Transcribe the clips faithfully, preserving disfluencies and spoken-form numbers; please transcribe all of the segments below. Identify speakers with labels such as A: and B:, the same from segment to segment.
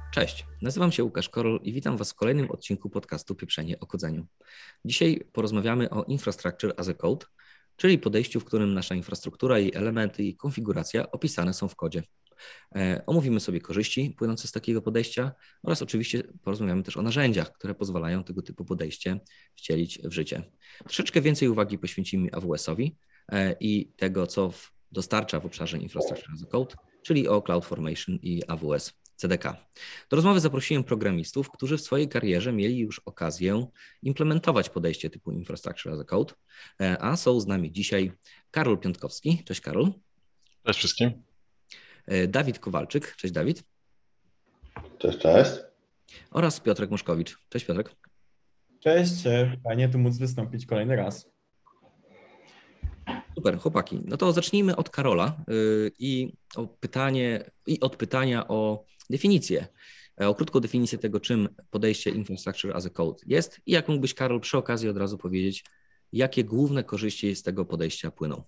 A: Cześć, nazywam się Łukasz Korol i witam Was w kolejnym odcinku podcastu Pieprzenie o kodzeniu. Dzisiaj porozmawiamy o Infrastructure as a Code, czyli podejściu, w którym nasza infrastruktura, jej elementy i konfiguracja opisane są w kodzie. E, omówimy sobie korzyści płynące z takiego podejścia oraz oczywiście porozmawiamy też o narzędziach, które pozwalają tego typu podejście wcielić w życie. Troszeczkę więcej uwagi poświęcimy A W S-owi e, i tego, co w, dostarcza w obszarze Infrastructure as a Code, czyli o CloudFormation i A W S C D K. Do rozmowy zaprosiłem programistów, którzy w swojej karierze mieli już okazję implementować podejście typu Infrastructure as a Code, e, a są z nami dzisiaj Karol Piątkowski. Cześć Karol.
B: Cześć wszystkim.
A: Dawid Kowalczyk. Cześć Dawid.
C: Cześć, cześć.
A: Oraz Piotrek Moszkowicz. Cześć Piotrek.
D: Cześć, fajnie tu móc wystąpić kolejny raz.
A: Super, chłopaki. No to zacznijmy od Karola yy, i o pytanie, i od pytania o definicję, o krótką definicję tego, czym podejście Infrastructure as a Code jest i jak mógłbyś, Karol, przy okazji od razu powiedzieć, jakie główne korzyści z tego podejścia płyną.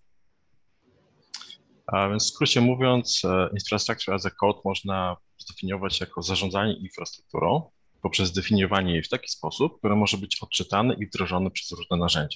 B: A więc w skrócie mówiąc, Infrastructure as a Code można zdefiniować jako zarządzanie infrastrukturą poprzez zdefiniowanie jej w taki sposób, który może być odczytany i wdrożony przez różne narzędzia.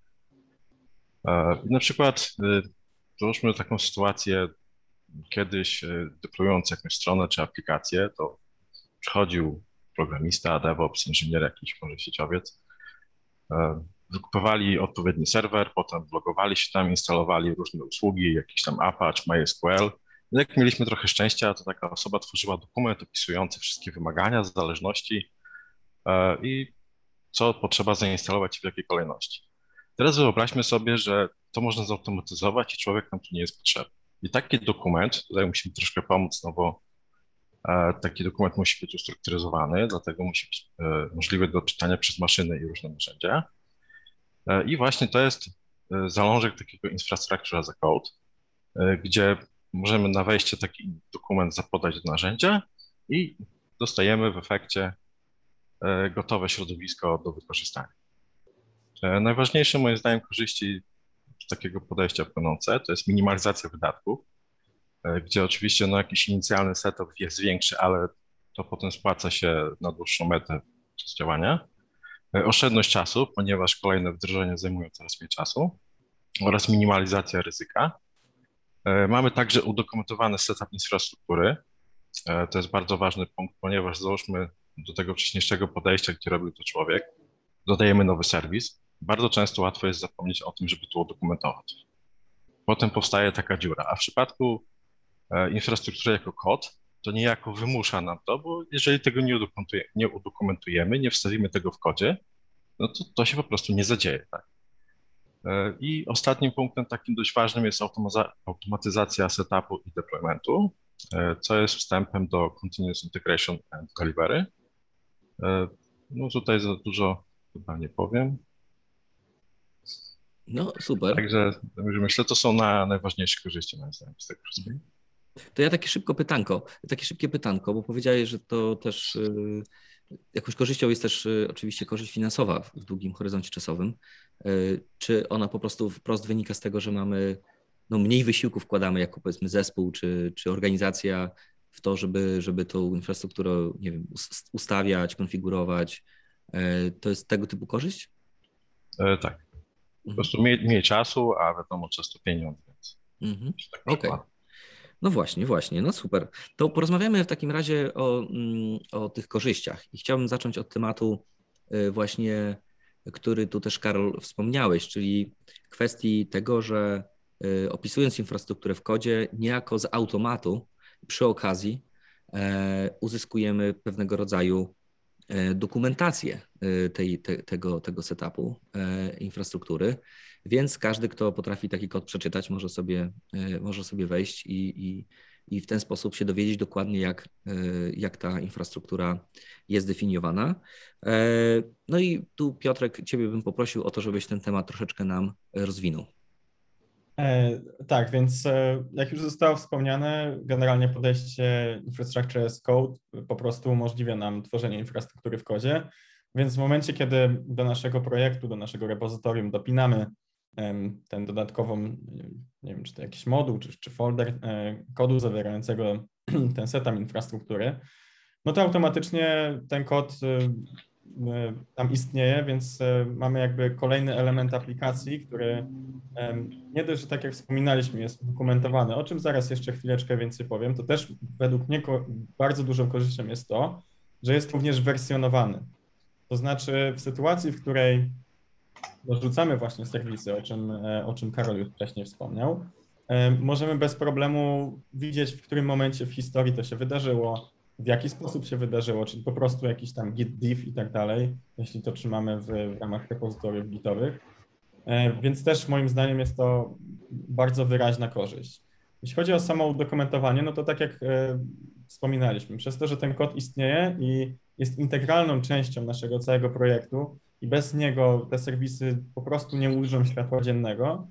B: Na przykład załóżmy taką sytuację, kiedyś deployując jakąś stronę czy aplikację, to przychodził programista, DevOps, inżynier jakiś, może sieciowiec, wykupowali odpowiedni serwer, potem logowali się tam, instalowali różne usługi, jakiś tam Apache, MySQL. I jak mieliśmy trochę szczęścia, to taka osoba tworzyła dokument opisujący wszystkie wymagania, zależności i co potrzeba zainstalować i w jakiej kolejności. Teraz wyobraźmy sobie, że to można zautomatyzować i człowiek nam tu nie jest potrzebny. I taki dokument, tutaj musimy troszkę pomóc, no bo taki dokument musi być ustrukturyzowany, dlatego musi być możliwy do czytania przez maszyny i różne narzędzia. I właśnie to jest zalążek takiego Infrastructure as a Code, gdzie możemy na wejście taki dokument zapodać do narzędzia i dostajemy w efekcie gotowe środowisko do wykorzystania. Najważniejsze moim zdaniem korzyści z takiego podejścia płynące to jest minimalizacja wydatków, gdzie oczywiście no, jakiś inicjalny setup jest większy, ale to potem spłaca się na dłuższą metę przez działania. Oszczędność czasu, ponieważ kolejne wdrożenia zajmują coraz mniej czasu oraz minimalizacja ryzyka. Mamy także udokumentowany setup infrastruktury. To jest bardzo ważny punkt, ponieważ załóżmy do tego wcześniejszego podejścia, gdzie robił to człowiek, dodajemy nowy serwis. Bardzo często łatwo jest zapomnieć o tym, żeby to udokumentować. Potem powstaje taka dziura, a w przypadku infrastruktury jako kod, to niejako wymusza nam to, bo jeżeli tego nie, udokumentuje, nie udokumentujemy, nie wstawimy tego w kodzie, no to to się po prostu nie zadzieje. Tak? I ostatnim punktem takim dość ważnym jest automatyzacja setupu i deploymentu, co jest wstępem do Continuous Integration and Delivery. No tutaj za dużo chyba nie powiem.
A: No super.
B: Także myślę, to są na najważniejsze korzyści moim zdaniem z tego wszystkiego.
A: To ja takie szybko pytanko, takie szybkie pytanko, bo powiedziałeś, że to też y, jakąś korzyścią jest też y, oczywiście korzyść finansowa w, w długim horyzoncie czasowym. Y, czy ona po prostu wprost wynika z tego, że mamy no, mniej wysiłku wkładamy jako powiedzmy zespół czy, czy organizacja w to, żeby, żeby tą infrastrukturę, nie wiem, ustawiać, konfigurować. Y, to jest tego typu korzyść?
B: E, tak. Po prostu mniej, mniej czasu, a wiadomo, często pieniądze. Więc
A: mhm.
B: tak
A: Okej. Okay. No właśnie, właśnie, no super. To porozmawiamy w takim razie o, o tych korzyściach i chciałbym zacząć od tematu właśnie, który tu też Karol wspomniałeś, czyli kwestii tego, że opisując infrastrukturę w kodzie, niejako z automatu przy okazji uzyskujemy pewnego rodzaju dokumentację tej, te, tego, tego setupu infrastruktury, więc każdy, kto potrafi taki kod przeczytać, może sobie, może sobie wejść i, i, i w ten sposób się dowiedzieć dokładnie, jak, jak ta infrastruktura jest definiowana. No i tu, Piotrek, Ciebie bym poprosił o to, żebyś ten temat troszeczkę nam rozwinął.
D: E, tak, więc e, jak już zostało wspomniane, generalnie podejście Infrastructure as Code po prostu umożliwia nam tworzenie infrastruktury w kodzie, więc w momencie, kiedy do naszego projektu, do naszego repozytorium dopinamy em, ten dodatkową, nie wiem, czy to jakiś moduł, czy, czy folder e, kodu zawierającego ten setup infrastruktury, no to automatycznie ten kod tam istnieje, więc mamy jakby kolejny element aplikacji, który nie dość, że tak jak wspominaliśmy, jest dokumentowany, o czym zaraz jeszcze chwileczkę więcej powiem, to też według mnie bardzo dużą korzyścią jest to, że jest również wersjonowany. To znaczy w sytuacji, w której dorzucamy właśnie serwisy, o czym, o czym Karol już wcześniej wspomniał, możemy bez problemu widzieć, w którym momencie w historii to się wydarzyło, w jaki sposób się wydarzyło, czyli po prostu jakiś tam git diff i tak dalej, jeśli to trzymamy w, w ramach repozytoriów gitowych. Więc też moim zdaniem jest to bardzo wyraźna korzyść. Jeśli chodzi o samo udokumentowanie, no to tak jak wspominaliśmy, przez to, że ten kod istnieje i jest integralną częścią naszego całego projektu i bez niego te serwisy po prostu nie ujrzą światła dziennego,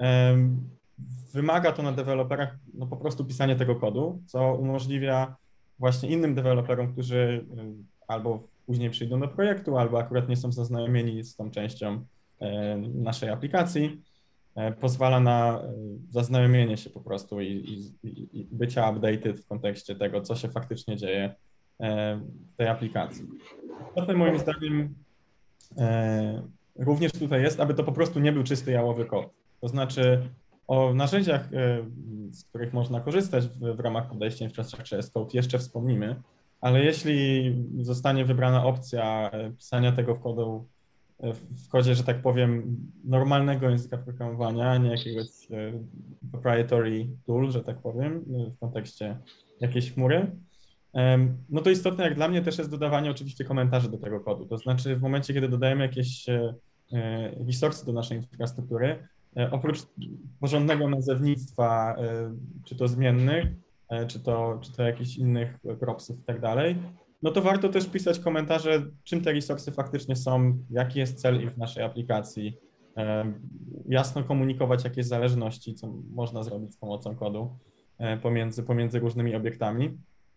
D: wymaga to na deweloperach no po prostu pisanie tego kodu, co umożliwia właśnie innym deweloperom, którzy albo później przyjdą do projektu, albo akurat nie są zaznajomieni z tą częścią naszej aplikacji, pozwala na zaznajomienie się po prostu i, i, i bycia updated w kontekście tego, co się faktycznie dzieje w tej aplikacji. Potem moim zdaniem również tutaj jest, aby to po prostu nie był czysty jałowy kod. To znaczy o narzędziach, z których można korzystać w, w ramach podejścia Infrastructure as Code jeszcze wspomnimy, ale jeśli zostanie wybrana opcja pisania tego w kodu, w kodzie, że tak powiem, normalnego języka programowania, a nie jakiegoś proprietary tool, że tak powiem, w kontekście jakiejś chmury, no to istotne jak dla mnie też jest dodawanie oczywiście komentarzy do tego kodu. To znaczy w momencie, kiedy dodajemy jakieś resursy do naszej infrastruktury, oprócz porządnego nazewnictwa, czy to zmiennych, czy to, czy to jakichś innych propsów i tak dalej, no to warto też pisać komentarze, czym te resursy faktycznie są, jaki jest cel ich w naszej aplikacji, jasno komunikować jakieś zależności, co można zrobić z pomocą kodu pomiędzy, pomiędzy różnymi obiektami,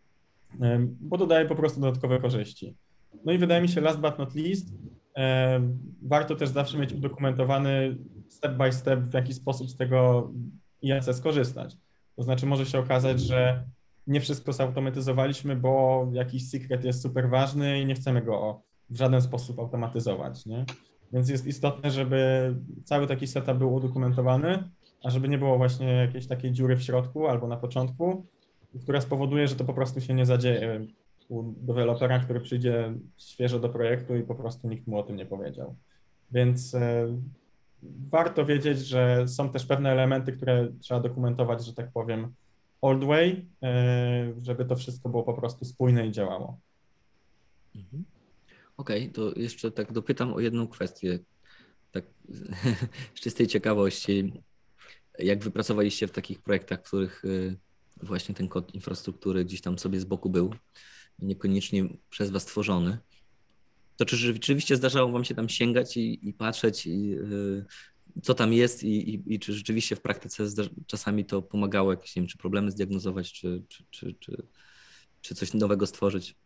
D: bo to daje po prostu dodatkowe korzyści. No i wydaje mi się, last but not least, warto też zawsze mieć udokumentowany step by step, w jaki sposób z tego I A C skorzystać. To znaczy może się okazać, że nie wszystko zautomatyzowaliśmy, bo jakiś secret jest super ważny i nie chcemy go w żaden sposób automatyzować, nie? Więc jest istotne, żeby cały taki setup był udokumentowany, a żeby nie było właśnie jakiejś takiej dziury w środku albo na początku, która spowoduje, że to po prostu się nie zadzieje u dewelopera, który przyjdzie świeżo do projektu i po prostu nikt mu o tym nie powiedział. Więc e, warto wiedzieć, że są też pewne elementy, które trzeba dokumentować, że tak powiem, old way, e, żeby to wszystko było po prostu spójne i działało.
A: Mhm. Okej, okay, to jeszcze tak dopytam o jedną kwestię, tak z czystej ciekawości. Jak wypracowaliście w takich projektach, w których właśnie ten kod infrastruktury gdzieś tam sobie z boku był, niekoniecznie przez was tworzony, to czy rzeczywiście zdarzało wam się tam sięgać i, i patrzeć, i, yy, co tam jest i, i, i czy rzeczywiście w praktyce czasami to pomagało jakieś, nie wiem, czy problemy zdiagnozować, czy, czy, czy, czy, czy coś nowego stworzyć?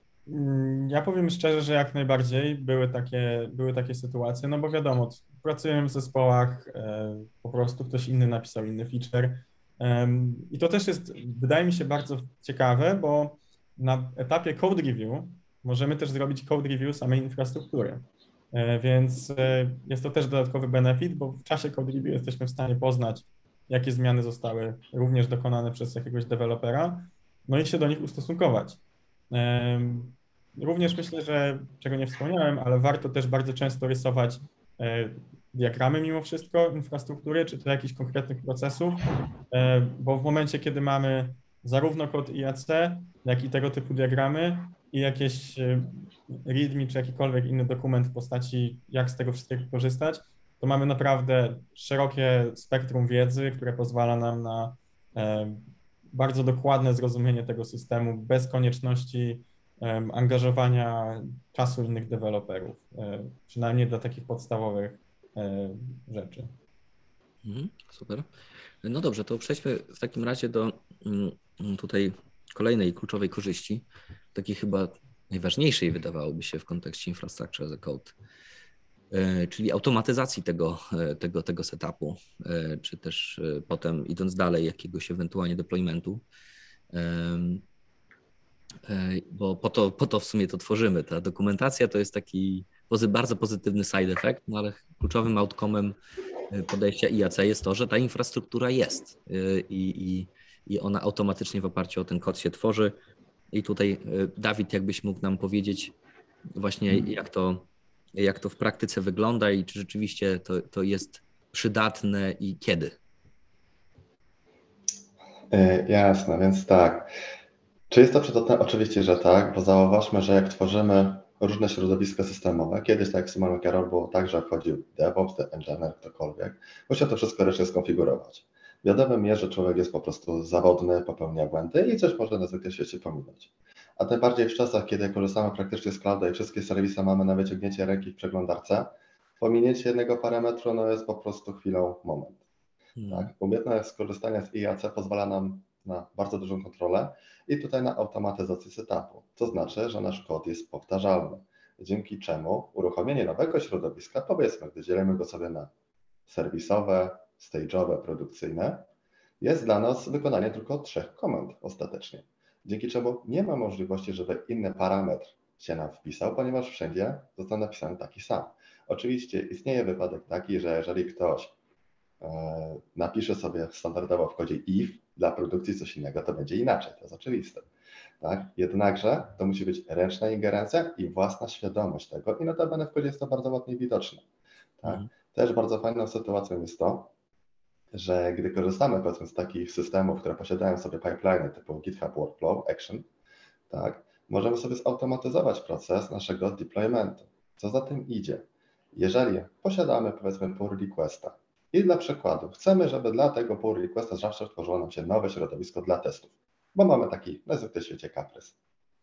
D: Ja powiem szczerze, że jak najbardziej były takie, były takie sytuacje, no bo wiadomo, pracujemy w zespołach, e, po prostu ktoś inny napisał inny feature e, i to też jest, wydaje mi się, bardzo ciekawe, bo na etapie code review możemy też zrobić code review samej infrastruktury, e, więc e, jest to też dodatkowy benefit, bo w czasie code review jesteśmy w stanie poznać, jakie zmiany zostały również dokonane przez jakiegoś dewelopera, no i się do nich ustosunkować. Również myślę, że, czego nie wspomniałem, ale warto też bardzo często rysować diagramy mimo wszystko infrastruktury, czy to jakichś konkretnych procesów, bo w momencie, kiedy mamy zarówno kod I A C, jak i tego typu diagramy i jakieś readme, czy jakikolwiek inny dokument w postaci, jak z tego wszystkiego korzystać, to mamy naprawdę szerokie spektrum wiedzy, które pozwala nam na bardzo dokładne zrozumienie tego systemu bez konieczności um, angażowania czasu innych deweloperów, e, przynajmniej dla takich podstawowych e, rzeczy.
A: Mhm, super. No dobrze, to przejdźmy w takim razie do um, tutaj kolejnej kluczowej korzyści, takiej chyba najważniejszej wydawałoby się w kontekście Infrastructure as a Code, e, czyli automatyzacji tego, tego, tego setupu, e, czy też e, potem idąc dalej jakiegoś ewentualnie deploymentu. bo po to, po to w sumie to tworzymy. Ta dokumentacja to jest taki bardzo pozytywny side effect, no ale kluczowym outcome'em podejścia I A C jest to, że ta infrastruktura jest i, i, i ona automatycznie w oparciu o ten kod się tworzy. I tutaj Dawid, jakbyś mógł nam powiedzieć właśnie jak to, jak to w praktyce wygląda i czy rzeczywiście to, to jest przydatne i kiedy?
C: Jasne, więc tak. Czy jest to przydatne? Oczywiście, że tak, bo zauważmy, że jak tworzymy różne środowiska systemowe, kiedyś, tak jak wspomniał Karol, było tak, że wchodził DevOps, Engineer, ktokolwiek, musiał to wszystko ręcznie skonfigurować. Wiadomym jest, że człowiek jest po prostu zawodny, popełnia błędy i coś może na zwykle świecie pominąć. A tym bardziej w czasach, kiedy korzystamy praktycznie z clouda i wszystkie serwisy mamy na wyciągnięcie ręki w przeglądarce, pominięcie jednego parametru no jest po prostu chwilą, moment. Hmm. Tak? Umiejętność skorzystania z I A C pozwala nam na bardzo dużą kontrolę i tutaj na automatyzację setupu. To znaczy, że nasz kod jest powtarzalny, dzięki czemu uruchomienie nowego środowiska, powiedzmy, gdy dzielimy go sobie na serwisowe, stage'owe, produkcyjne, jest dla nas wykonanie tylko trzech komend ostatecznie. Dzięki czemu nie ma możliwości, żeby inny parametr się nam wpisał, ponieważ wszędzie został napisany taki sam. Oczywiście istnieje wypadek taki, że jeżeli ktoś e, napisze sobie standardowo w kodzie if dla produkcji coś innego, to będzie inaczej, to jest oczywiste. Tak? Jednakże to musi być ręczna ingerencja i własna świadomość tego i notabene w kodzie jest to bardzo ładnie widoczne. Tak? Mhm. Też bardzo fajną sytuacją jest to, że gdy korzystamy powiedzmy z takich systemów, które posiadają sobie pipeline typu GitHub Workflow, Action, tak, możemy sobie zautomatyzować proces naszego deploymentu. Co za tym idzie? Jeżeli posiadamy powiedzmy pull requesta i dla przykładu chcemy, żeby dla tego pull requesta zawsze tworzyło nam się nowe środowisko dla testów, bo mamy taki na zwykle w świecie kaprys.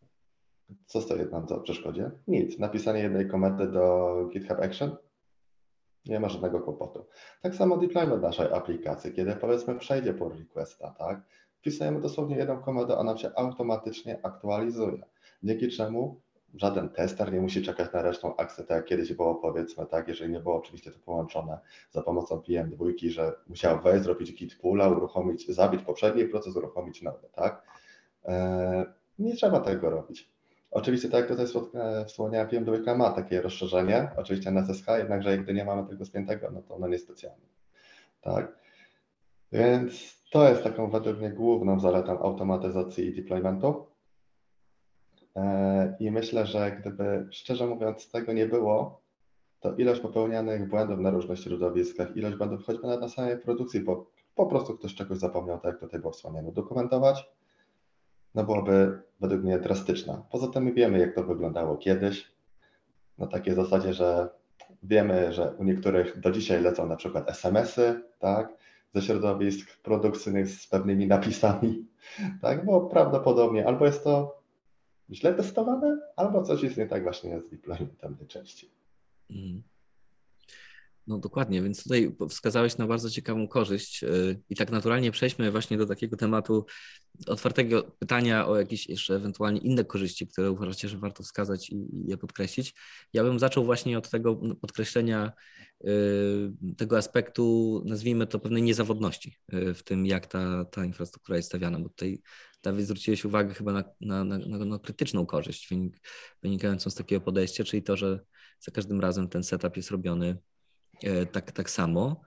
C: Co stoi nam za przeszkodzie? Nic. Napisanie jednej komendy do GitHub Action, nie ma żadnego kłopotu. Tak samo deployment naszej aplikacji, kiedy powiedzmy przejdzie pull requesta, tak? Wpisujemy dosłownie jedną komendę, ona się automatycznie aktualizuje. Dzięki czemu żaden tester nie musi czekać na resztę akcję, tak jak kiedyś było powiedzmy, tak, jeżeli nie było oczywiście to połączone za pomocą P M dwa, że musiał wejść, zrobić git pulla, uruchomić, zabić poprzedni proces, uruchomić nowy, tak? Eee, nie trzeba tego robić. Oczywiście, tak jak tutaj wspomniałem, P M dwa ma takie rozszerzenie, oczywiście na S S H, jednakże gdy nie mamy tego spiętego, no to ono niespecjalnie. Tak? Więc to jest taką według mnie główną zaletą automatyzacji i deploymentu. I myślę, że gdyby, szczerze mówiąc, tego nie było, to ilość popełnianych błędów na różnych środowiskach, ilość błędów choćby nawet na samej produkcji, bo po prostu ktoś czegoś zapomniał, tak jak tutaj było wspomniane, dokumentować, no byłoby według mnie drastyczna. Poza tym my wiemy, jak to wyglądało kiedyś, na takiej zasadzie, że wiemy, że u niektórych do dzisiaj lecą na przykład S M S-y, tak, ze środowisk produkcyjnych z pewnymi napisami, tak, bo prawdopodobnie albo jest to źle testowane, albo coś jest nie tak właśnie z deploymentem najczęściej. Mm.
A: No dokładnie, więc tutaj wskazałeś na bardzo ciekawą korzyść i tak naturalnie przejdźmy właśnie do takiego tematu otwartego pytania o jakieś jeszcze ewentualnie inne korzyści, które uważacie, że warto wskazać i je podkreślić. Ja bym zaczął właśnie od tego podkreślenia tego aspektu, nazwijmy to pewnej niezawodności w tym, jak ta, ta infrastruktura jest stawiana, bo tutaj Dawid zwróciłeś uwagę chyba na, na, na, na krytyczną korzyść wynik, wynikającą z takiego podejścia, czyli to, że za każdym razem ten setup jest robiony tak, tak samo.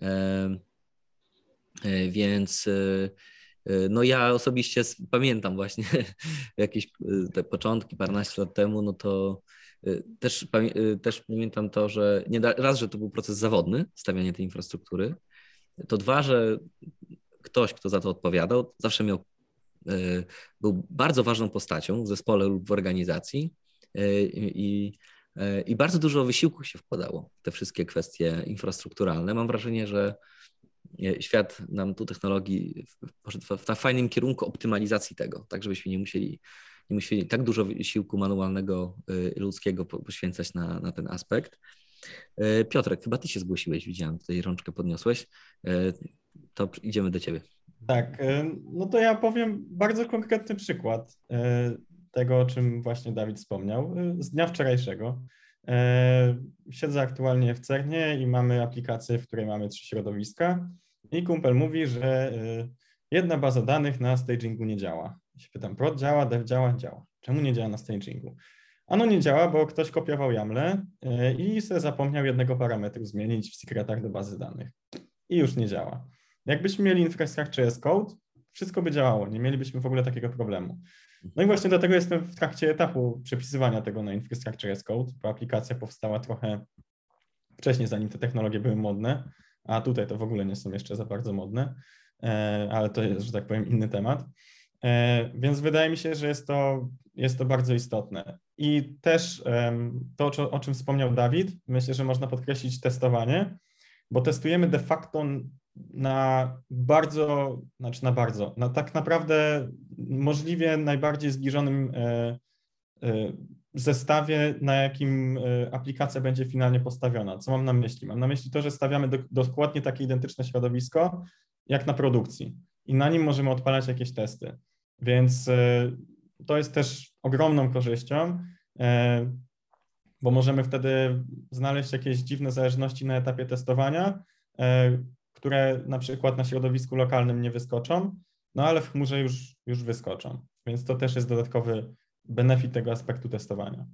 A: Więc no ja osobiście pamiętam właśnie jakieś te początki, paręnaście lat temu, no to też, też pamiętam to, że nie raz, że to był proces zawodny, stawianie tej infrastruktury, to dwa, że ktoś, kto za to odpowiadał, zawsze miał, był bardzo ważną postacią w zespole lub w organizacji i I bardzo dużo wysiłku się wkładało w te wszystkie kwestie infrastrukturalne. Mam wrażenie, że świat nam tu technologii poszedł w fajnym kierunku optymalizacji tego, tak żebyśmy nie musieli, nie musieli tak dużo wysiłku manualnego, ludzkiego poświęcać na, na ten aspekt. Piotrek, chyba ty się zgłosiłeś, widziałem, tutaj rączkę podniosłeś. To idziemy do ciebie.
D: Tak, no to ja powiem bardzo konkretny przykład tego, o czym właśnie Dawid wspomniał, z dnia wczorajszego. Siedzę aktualnie w Cernie i mamy aplikację, w której mamy trzy środowiska i kumpel mówi, że jedna baza danych na stagingu nie działa. Ja się pytam, prod działa, dev działa, działa. Czemu nie działa na stagingu? Ano nie działa, bo ktoś kopiował YAMLę i sobie zapomniał jednego parametru zmienić w secretach do bazy danych. I już nie działa. Jakbyśmy mieli infrastructure as code, wszystko by działało, nie mielibyśmy w ogóle takiego problemu. No i właśnie dlatego jestem w trakcie etapu przepisywania tego na infrastructure as code, bo aplikacja powstała trochę wcześniej, zanim te technologie były modne, a tutaj to w ogóle nie są jeszcze za bardzo modne, ale to jest, że tak powiem, inny temat. Więc wydaje mi się, że jest to, jest to bardzo istotne. I też to, o czym wspomniał Dawid, myślę, że można podkreślić testowanie, bo testujemy de facto na bardzo, znaczy na bardzo, na tak naprawdę możliwie najbardziej zbliżonym zestawie, na jakim aplikacja będzie finalnie postawiona. Co mam na myśli? Mam na myśli to, że stawiamy do, dokładnie takie identyczne środowisko jak na produkcji i na nim możemy odpalać jakieś testy. Więc to jest też ogromną korzyścią, bo możemy wtedy znaleźć jakieś dziwne zależności na etapie testowania, które na przykład na środowisku lokalnym nie wyskoczą, no ale w chmurze już, już wyskoczą. Więc to też jest dodatkowy benefit tego aspektu testowania.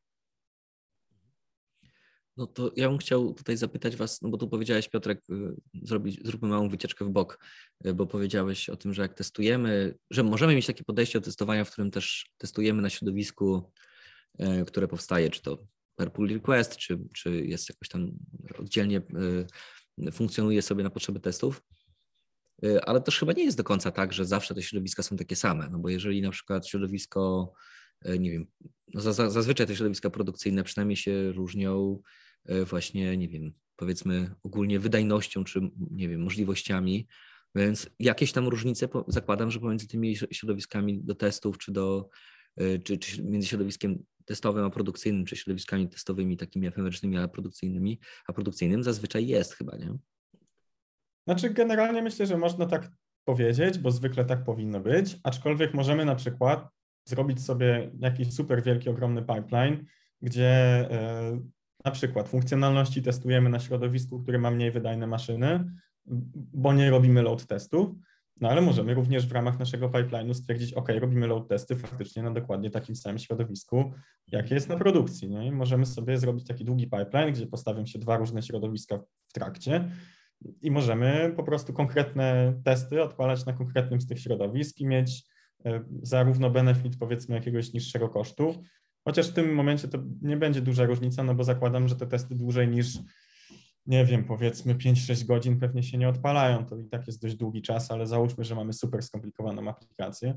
A: No to ja bym chciał tutaj zapytać was, no bo tu powiedziałeś, Piotrek, zrobić, zróbmy małą wycieczkę w bok, bo powiedziałeś o tym, że jak testujemy, że możemy mieć takie podejście do testowania, w którym też testujemy na środowisku, które powstaje, czy to per pull request, czy, czy jest jakoś tam oddzielnie funkcjonuje sobie na potrzeby testów, ale też chyba nie jest do końca tak, że zawsze te środowiska są takie same, no bo jeżeli na przykład środowisko, nie wiem, no zazwyczaj te środowiska produkcyjne przynajmniej się różnią właśnie, nie wiem, powiedzmy ogólnie wydajnością, czy nie wiem, możliwościami, więc jakieś tam różnice zakładam, że pomiędzy tymi środowiskami do testów, czy do, czy, czy między środowiskiem testowym a produkcyjnym, czy środowiskami testowymi takimi efemerycznymi, a produkcyjnymi, a produkcyjnym zazwyczaj jest chyba, nie?
D: Znaczy generalnie myślę, że można tak powiedzieć, bo zwykle tak powinno być, aczkolwiek możemy na przykład zrobić sobie jakiś super wielki, ogromny pipeline, gdzie y, na przykład funkcjonalności testujemy na środowisku, które ma mniej wydajne maszyny, bo nie robimy load testów, no ale możemy również w ramach naszego pipeline'u stwierdzić, ok, robimy load testy faktycznie na dokładnie takim samym środowisku, jakie jest na produkcji. No i możemy sobie zrobić taki długi pipeline, gdzie postawią się dwa różne środowiska w trakcie i możemy po prostu konkretne testy odpalać na konkretnym z tych środowisk i mieć zarówno benefit, powiedzmy, jakiegoś niższego kosztu, chociaż w tym momencie to nie będzie duża różnica, no bo zakładam, że te testy dłużej niż, nie wiem, powiedzmy pięć sześć godzin pewnie się nie odpalają, to i tak jest dość długi czas, ale załóżmy, że mamy super skomplikowaną aplikację,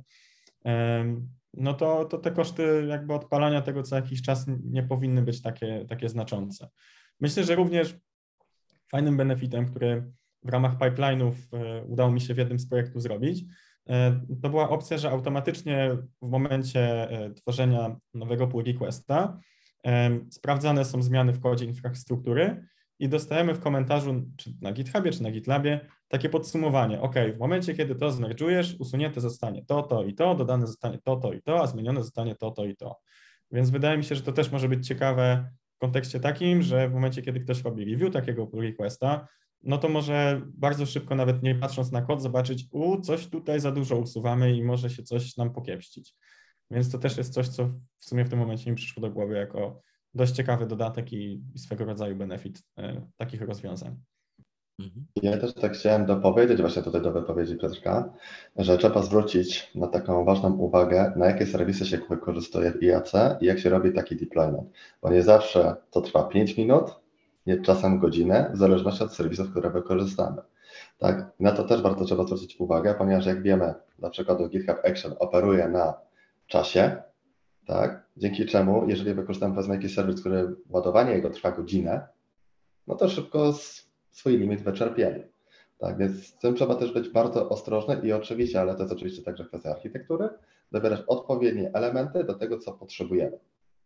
D: no to, to te koszty jakby odpalania tego co jakiś czas nie powinny być takie, takie znaczące. Myślę, że również fajnym benefitem, który w ramach pipeline'ów udało mi się w jednym z projektów zrobić, to była opcja, że automatycznie w momencie tworzenia nowego pull requesta sprawdzane są zmiany w kodzie infrastruktury i dostajemy w komentarzu, czy na GitHubie, czy na GitLabie, takie podsumowanie. OK, w momencie, kiedy to zmerdżujesz, usunięte zostanie to, to i to, dodane zostanie to, to i to, a zmienione zostanie to, to i to. Więc wydaje mi się, że to też może być ciekawe w kontekście takim, że w momencie, kiedy ktoś robi review takiego pull requesta, no to może bardzo szybko, nawet nie patrząc na kod, zobaczyć, u, coś tutaj za dużo usuwamy i może się coś nam pokiepścić. Więc to też jest coś, co w sumie w tym momencie mi przyszło do głowy jako dość ciekawy dodatek i, i swego rodzaju benefit e, takich rozwiązań.
C: Ja też tak chciałem dopowiedzieć właśnie tutaj do wypowiedzi Piotrka, że trzeba zwrócić na taką ważną uwagę, na jakie serwisy się wykorzystuje w I A C i jak się robi taki deployment, bo nie zawsze to trwa pięć minut, nie czasem godzinę, w zależności od serwisów, które wykorzystamy. Tak, na to też bardzo trzeba zwrócić uwagę, ponieważ jak wiemy, na przykład GitHub Action operuje na czasie, tak, dzięki czemu, jeżeli wykorzystamy powiedzmy jakiś serwis, który ładowanie jego trwa godzinę, no to szybko swój limit wyczerpiemy. Tak, więc z tym trzeba też być bardzo ostrożny i oczywiście, ale to jest oczywiście także kwestia architektury, dobierać odpowiednie elementy do tego, co potrzebujemy.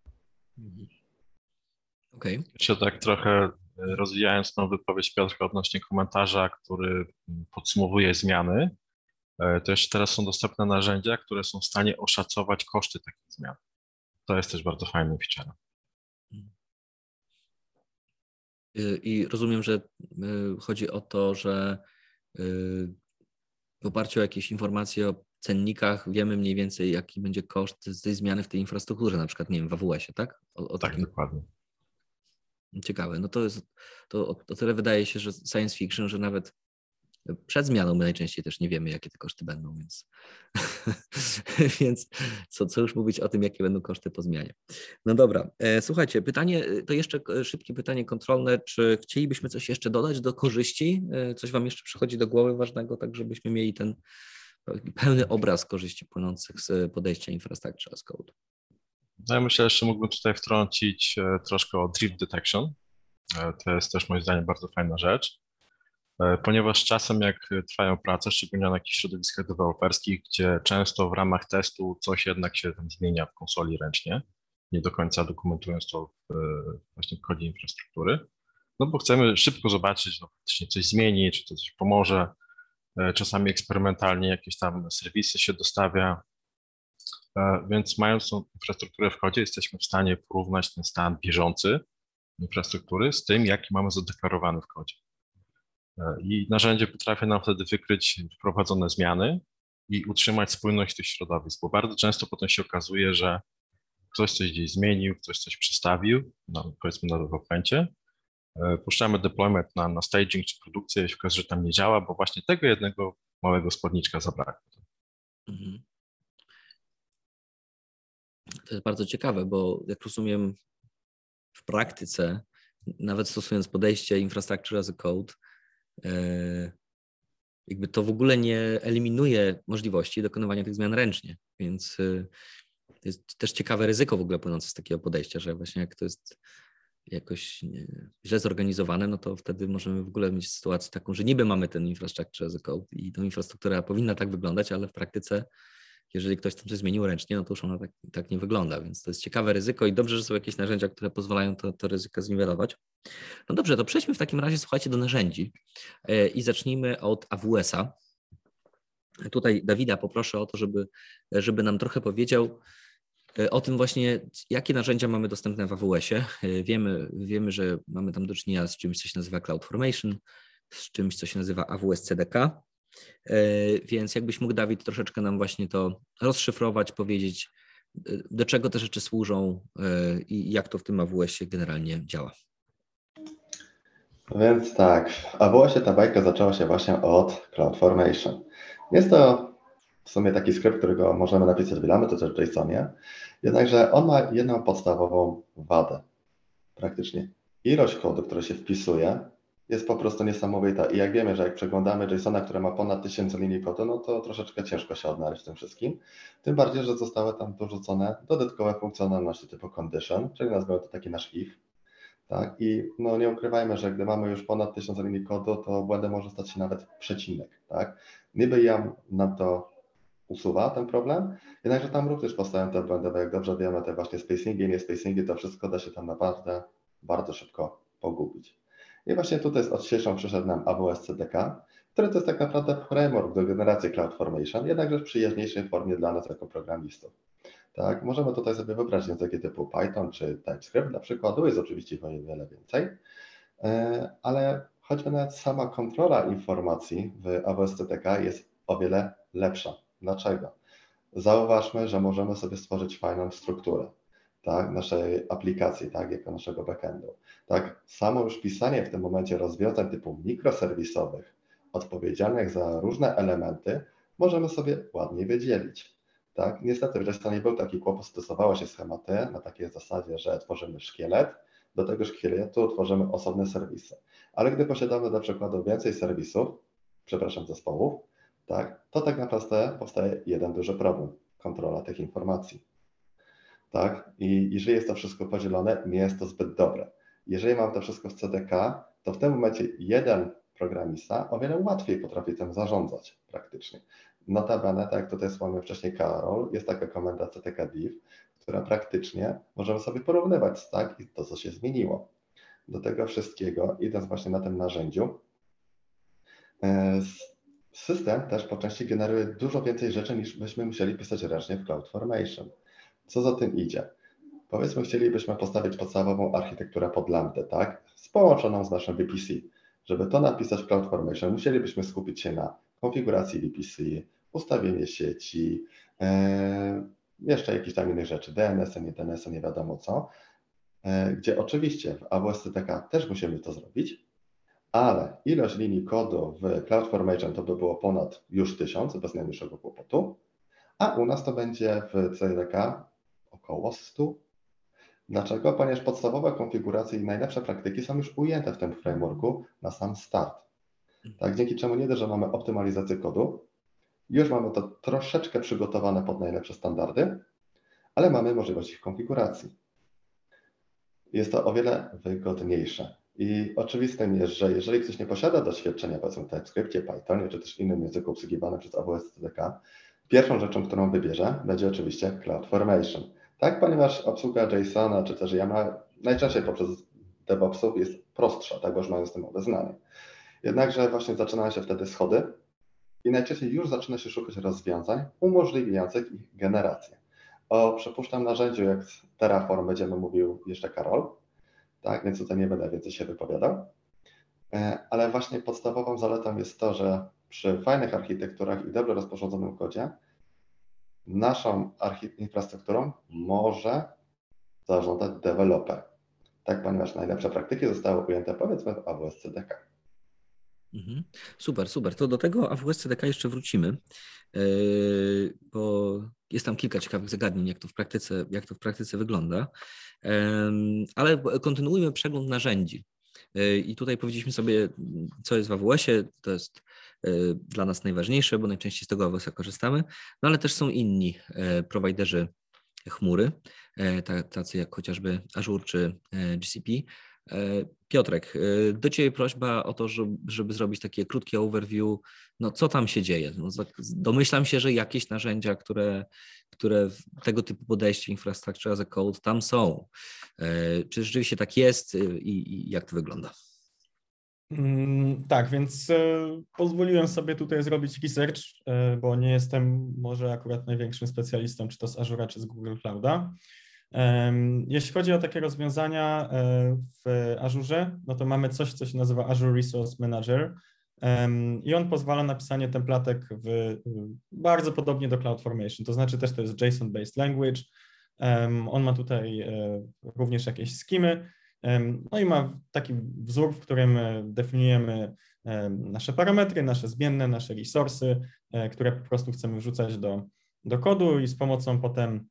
A: Okej. Okay.
B: Jeszcze tak trochę rozwijając tą wypowiedź Piotrka odnośnie komentarza, który podsumowuje zmiany, to jeszcze teraz są dostępne narzędzia, które są w stanie oszacować koszty takich zmian. To jest też bardzo fajny feature.
A: I rozumiem, że chodzi o to, że w oparciu o jakieś informacje o cennikach wiemy mniej więcej, jaki będzie koszt z tej zmiany w tej infrastrukturze, na przykład, nie wiem, w A W S-ie, tak? O, o
B: tak,
A: takim...
B: dokładnie.
A: Ciekawe. No to jest, to o, o tyle wydaje się, że science fiction, że nawet przed zmianą my najczęściej też nie wiemy, jakie te koszty będą, więc, więc co, co już mówić o tym, jakie będą koszty po zmianie. No dobra, e, słuchajcie, pytanie, to jeszcze szybkie pytanie kontrolne, czy chcielibyśmy coś jeszcze dodać do korzyści? E, coś Wam jeszcze przychodzi do głowy ważnego, tak żebyśmy mieli ten pełny obraz korzyści płynących z podejścia Infrastructure as Code?
B: No ja myślę, że jeszcze mógłbym tutaj wtrącić e, troszkę o drift detection. E, to jest też moim zdaniem bardzo fajna rzecz, e, ponieważ czasem jak trwają prace, szczególnie na jakichś środowiskach deweloperskich, gdzie często w ramach testu coś jednak się tam zmienia w konsoli ręcznie, nie do końca dokumentując to w, e, właśnie w kodzie infrastruktury, no bo chcemy szybko zobaczyć, no faktycznie coś zmieni, czy to coś pomoże. E, czasami eksperymentalnie jakieś tam serwisy się dostawia. Więc mając tą infrastrukturę w kodzie, jesteśmy w stanie porównać ten stan bieżący infrastruktury z tym, jaki mamy zadeklarowany w kodzie. I narzędzie potrafi nam wtedy wykryć wprowadzone zmiany i utrzymać spójność tych środowisk, bo bardzo często potem się okazuje, że ktoś coś gdzieś zmienił, ktoś coś przestawił, no, powiedzmy na developmencie, puszczamy deployment na, na staging czy produkcję i się okazuje, że tam nie działa, bo właśnie tego jednego małego składniczka zabrakło. Mhm.
A: To jest bardzo ciekawe, bo jak rozumiem w praktyce, nawet stosując podejście Infrastructure as a Code, jakby to w ogóle nie eliminuje możliwości dokonywania tych zmian ręcznie, więc to jest też ciekawe ryzyko w ogóle płynące z takiego podejścia, że właśnie jak to jest jakoś nie, źle zorganizowane, no to wtedy możemy w ogóle mieć sytuację taką, że niby mamy ten Infrastructure as a Code i ta infrastruktura powinna tak wyglądać, ale w praktyce jeżeli ktoś tam coś zmienił ręcznie, no to już ona tak, tak nie wygląda, więc to jest ciekawe ryzyko i dobrze, że są jakieś narzędzia, które pozwalają to, to ryzyko zniwelować. No dobrze, to przejdźmy w takim razie, słuchajcie, do narzędzi i zacznijmy od A W S-a. Tutaj Dawida poproszę o to, żeby, żeby nam trochę powiedział o tym właśnie, jakie narzędzia mamy dostępne w A W S-ie. Wiemy, wiemy, że mamy tam do czynienia z czymś, co się nazywa CloudFormation, z czymś, co się nazywa A W S C D K. Więc jakbyś mógł, Dawid, troszeczkę nam właśnie to rozszyfrować, powiedzieć, do czego te rzeczy służą i jak to w tym A W S-ie generalnie działa.
C: Więc tak, w A W S-ie ta bajka zaczęła się właśnie od CloudFormation. Jest to w sumie taki skrypt, którego możemy napisać w Lamy, to też w JSONie, jednakże on ma jedną podstawową wadę. Praktycznie ilość kodu, który się wpisuje, jest po prostu niesamowita i jak wiemy, że jak przeglądamy JSON-a, który ma ponad tysiąc linii kodu, no to troszeczkę ciężko się odnaleźć w tym wszystkim. Tym bardziej, że zostały tam dorzucone dodatkowe funkcjonalności typu condition, czyli nazwijmy to taki nasz if. Tak? I no nie ukrywajmy, że gdy mamy już ponad tysiąc linii kodu, to błędem może stać się nawet przecinek. Tak? Niby jam nam to usuwa ten problem, jednakże tam również powstają te błędy, bo jak dobrze wiemy, te właśnie spacingi, nie spacingi, to wszystko da się tam naprawdę bardzo szybko pogubić. I właśnie tutaj z odsieczą przyszedł nam A W S C D K, który to jest tak naprawdę framework do generacji CloudFormation, jednakże w przyjaźniejszej formie dla nas jako programistów. Tak, możemy tutaj sobie wybrać języki typu Python czy TypeScript dla przykładu, jest oczywiście ich o wiele więcej, ale choćby nawet sama kontrola informacji w A W S C D K jest o wiele lepsza. Dlaczego? Zauważmy, że możemy sobie stworzyć fajną strukturę. Tak, naszej aplikacji, tak, jako naszego backendu. Tak, samo już pisanie w tym momencie rozwiązań typu mikroserwisowych, odpowiedzialnych za różne elementy, możemy sobie ładnie wydzielić. Tak, niestety w JSONie był taki kłopot, stosowało się schematy na takiej zasadzie, że tworzymy szkielet, do tego szkieletu tworzymy osobne serwisy. Ale gdy posiadamy na przykład więcej serwisów, przepraszam, zespołów, tak, to tak naprawdę powstaje jeden duży problem, kontrola tych informacji. Tak? I jeżeli jest to wszystko podzielone, nie jest to zbyt dobre. Jeżeli mam to wszystko w C D K, to w tym momencie jeden programista o wiele łatwiej potrafi tym zarządzać praktycznie. Notabene, tak jak tutaj wspomniał wcześniej Karol, jest taka komenda C D K div, która praktycznie możemy sobie porównywać tak, i to, co się zmieniło. Do tego wszystkiego, idąc właśnie na tym narzędziu, system też po części generuje dużo więcej rzeczy, niż byśmy musieli pisać ręcznie w CloudFormation. Co za tym idzie? Powiedzmy, chcielibyśmy postawić podstawową architekturę pod lambdę, tak? Połączoną z naszym V P C. Żeby to napisać w CloudFormation, musielibyśmy skupić się na konfiguracji V P C, ustawienie sieci, jeszcze jakieś tam innych rzeczy, D N S-y, nie D N S-y, nie wiadomo co, gdzie oczywiście w A W S C D K też musimy to zrobić, ale ilość linii kodu w CloudFormation to by było ponad już tysiąc, bez najmniejszego kłopotu, a u nas to będzie w C D K około stu. Dlaczego? Ponieważ podstawowe konfiguracje i najlepsze praktyki są już ujęte w tym frameworku na sam start. Tak, dzięki czemu nie dość, że mamy optymalizację kodu, już mamy to troszeczkę przygotowane pod najlepsze standardy, ale mamy możliwość ich konfiguracji. Jest to o wiele wygodniejsze. I oczywistym jest, że jeżeli ktoś nie posiada doświadczenia powiedzmy w TypeScriptie, Pythonie czy też innym języku obsługiwanym przez A W S C D K, pierwszą rzeczą, którą wybierze, będzie oczywiście CloudFormation. Tak, ponieważ obsługa JSON-a czy też YAML najczęściej poprzez DevOpsów jest prostsza, tak, bo już mają z tym obeznanie. Jednakże właśnie zaczynają się wtedy schody i najczęściej już zaczyna się szukać rozwiązań umożliwiających ich generację. O, przypuszczam, narzędziu jak Terraform będziemy mówił jeszcze Karol, tak, więc tutaj nie będę więcej się wypowiadał, ale właśnie podstawową zaletą jest to, że przy fajnych architekturach i dobrze rozporządzonym kodzie naszą infrastrukturą może zarządzać deweloper, tak, ponieważ najlepsze praktyki zostały ujęte powiedzmy w A W S C D K.
A: Mhm. Super, super. To do tego A W S C D K jeszcze wrócimy, yy, bo jest tam kilka ciekawych zagadnień, jak to w praktyce, jak to w praktyce wygląda, yy, ale kontynuujmy przegląd narzędzi. Yy, I tutaj powiedzieliśmy sobie, co jest w A W S-ie, to jest yy, dla nas najważniejsze, bo najczęściej z tego A W S-a korzystamy, no ale też są inni yy, prowajderzy chmury, yy, tacy jak chociażby Azure czy yy, G C P. Piotrek, do Ciebie prośba o to, żeby, żeby zrobić takie krótkie overview, no co tam się dzieje. No, domyślam się, że jakieś narzędzia, które, które tego typu podejście Infrastructure as a Code tam są. Czy rzeczywiście tak jest i, i jak to wygląda?
D: Mm, tak, więc e, pozwoliłem sobie tutaj zrobić research, e, bo nie jestem może akurat największym specjalistą, czy to z Azure'a, czy z Google Clouda. Jeśli chodzi o takie rozwiązania w Azure, no to mamy coś, co się nazywa Azure Resource Manager i on pozwala na pisanie templatek w, bardzo podobnie do CloudFormation, to znaczy też to jest JSON-based language, on ma tutaj również jakieś skimy, no i ma taki wzór, w którym definiujemy nasze parametry, nasze zmienne, nasze resursy, które po prostu chcemy wrzucać do, do kodu i z pomocą potem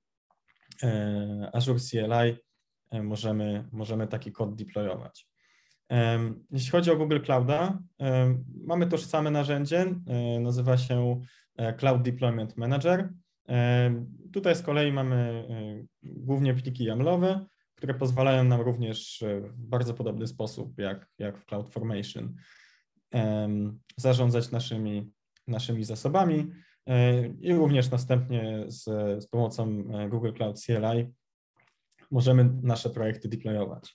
D: Azure C L I możemy, możemy taki kod deployować. Jeśli chodzi o Google Clouda, mamy tożsame narzędzie, nazywa się Cloud Deployment Manager. Tutaj z kolei mamy głównie pliki YAML-owe, które pozwalają nam również w bardzo podobny sposób jak, jak w CloudFormation zarządzać naszymi, naszymi zasobami. I również następnie z, z pomocą Google Cloud C L I możemy nasze projekty deployować.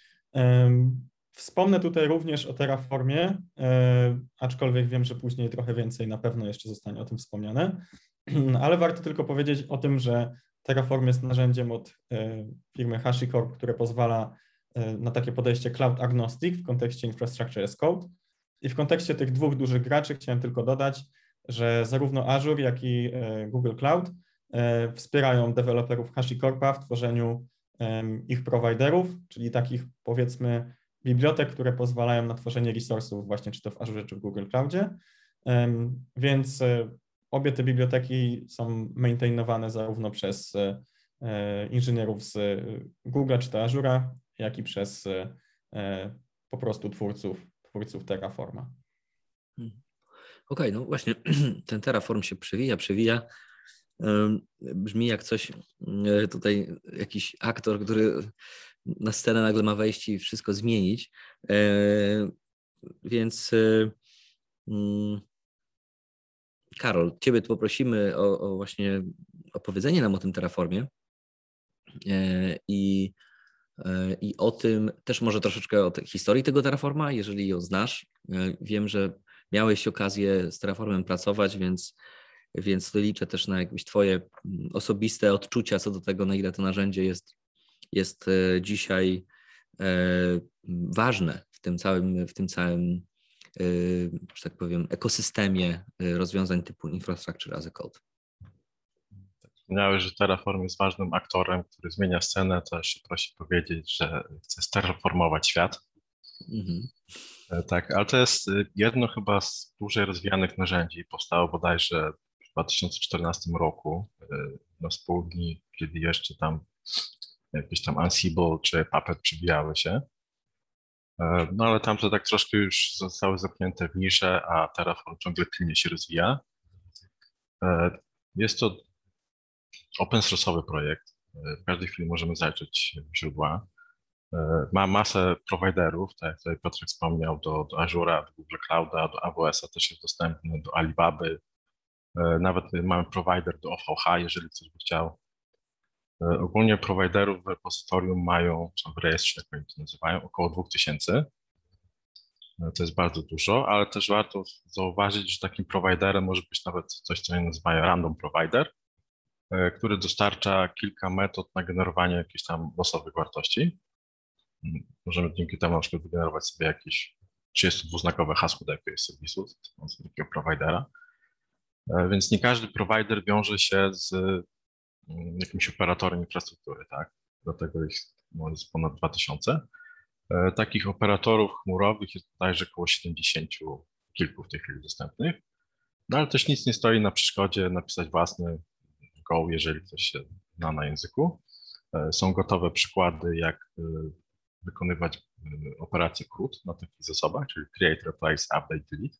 D: Wspomnę tutaj również o Terraformie, aczkolwiek wiem, że później trochę więcej na pewno jeszcze zostanie o tym wspomniane, ale warto tylko powiedzieć o tym, że Terraform jest narzędziem od firmy HashiCorp, które pozwala na takie podejście cloud agnostic w kontekście Infrastructure as Code. I w kontekście tych dwóch dużych graczy chciałem tylko dodać, że zarówno Azure, jak i Google Cloud wspierają deweloperów HashiCorpa w tworzeniu ich prowajderów, czyli takich powiedzmy bibliotek, które pozwalają na tworzenie resursów właśnie czy to w Azure, czy w Google Cloudzie, więc obie te biblioteki są maintainowane zarówno przez inżynierów z Google czy to Azure'a, jak i przez po prostu twórców, twórców Terraforma.
A: Okej, okay, no właśnie ten Terraform się przewija, przewija. Brzmi jak coś, tutaj jakiś aktor, który na scenę nagle ma wejść i wszystko zmienić. Więc Karol, Ciebie tu poprosimy o, o właśnie opowiedzenie nam o tym Terraformie i, i o tym też może troszeczkę o tej historii tego Terraforma, jeżeli ją znasz. Wiem, że miałeś okazję z Terraformem pracować, więc, więc liczę też na jakieś Twoje osobiste odczucia co do tego, na ile to narzędzie jest, jest dzisiaj ważne w tym całym, w tym całym że tak powiem, ekosystemie rozwiązań typu Infrastructure as a Code.
B: Wspomniałeś, że Terraform jest ważnym aktorem, który zmienia scenę, to się prosi powiedzieć, że chce sterraformować świat. Mhm. Tak, ale to jest jedno chyba z dłużej rozwijanych narzędzi. Powstało bodajże w dwa tysiące czternastym roku na spółni, kiedy jeszcze tam jakieś tam Ansible czy Puppet przybijały się. No ale tam to tak troszkę już zostały zamknięte w nisze, a Terraform ciągle pilnie się rozwija. Jest to open source'owy projekt. W każdej chwili możemy zajrzeć w źródła. Ma masę prowajderów, tak jak tutaj Piotrek wspomniał, do, do Azure'a, do Google Clouda, do A W S a też jest dostępny, do Alibaby. Nawet mamy provider do O V H, jeżeli ktoś by chciał. Ogólnie prowajderów w repozytorium mają, czy w rejestrze, jak oni to nazywają, około dwóch tysięcy. To jest bardzo dużo, ale też warto zauważyć, że takim prowajderem może być nawet coś, co oni nazywają random provider, który dostarcza kilka metod na generowanie jakichś tam losowych wartości. Możemy dzięki temu na przykład wygenerować sobie jakieś trzydziestodwuznakowe hasło do jakiegoś serwisu, z takiego prowajdera. Więc nie każdy prowajder wiąże się z jakimś operatorem infrastruktury, tak? Dlatego ich no, jest ponad dwa tysiące. Takich operatorów chmurowych jest bodajże około siedemdziesięciu kilku w tej chwili dostępnych. No ale też nic nie stoi na przeszkodzie napisać własny Go, jeżeli ktoś się zna na języku. Są gotowe przykłady, jak wykonywać operację C R U T na takich zasobach, czyli create, replace, update, delete.